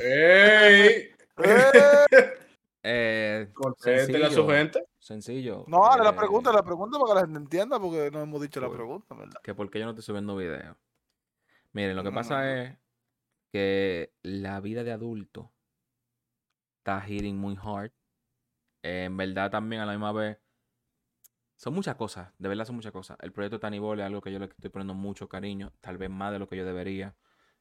¡Ey! ¡Eh! Eh, Contéstele a su sencillo. gente. Sencillo. No, dale la eh, pregunta, la pregunta para que la gente entienda, porque no hemos dicho la Full. pregunta, ¿verdad? Que por qué yo no estoy subiendo videos. Miren, lo que No, pasa no, no. es que la vida de adulto está hitting muy hard. Eh, en verdad también a la misma vez son muchas cosas, de verdad son muchas cosas. El proyecto Tannibal es algo que yo le estoy poniendo mucho cariño, tal vez más de lo que yo debería,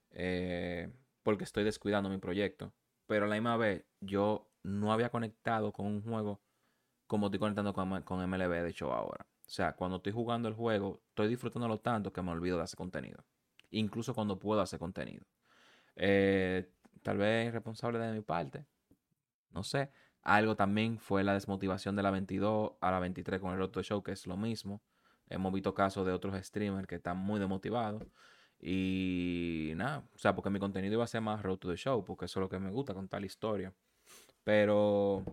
eh, porque estoy descuidando mi proyecto. Pero a la misma vez yo no había conectado con un juego como estoy conectando con, con M L B de hecho ahora. O sea, cuando estoy jugando el juego, estoy disfrutándolo tanto que me olvido de hacer contenido. Incluso cuando puedo hacer contenido. Eh, tal vez irresponsable de mi parte. No sé. Algo también fue la desmotivación de la veintidós a la veintitrés con el Road to Show, que es lo mismo. Hemos visto casos de otros streamers que están muy desmotivados. Y nada, o sea, porque mi contenido iba a ser más Road to the Show, porque eso es lo que me gusta, contar la historia. Pero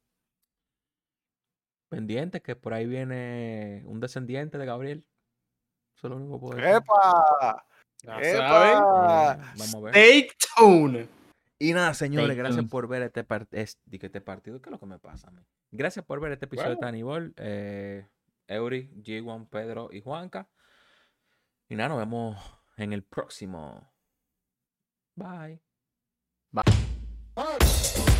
pendiente que por ahí viene un descendiente de Gabriel. Eso es lo único que puedo decir. ¡Epa! Ya ¡Epa! saben. Eh, vamos a ver. Stay tuned. Y nada, señores, Stay gracias tuned. por ver este, part este, este partido. ¿Qué es lo que me pasa a mí? Gracias por ver este episodio Bueno. de Tannibal. Eh, Eury, G uno, Pedro y Juanca. Y nada, nos vemos en el próximo. Bye. Bye.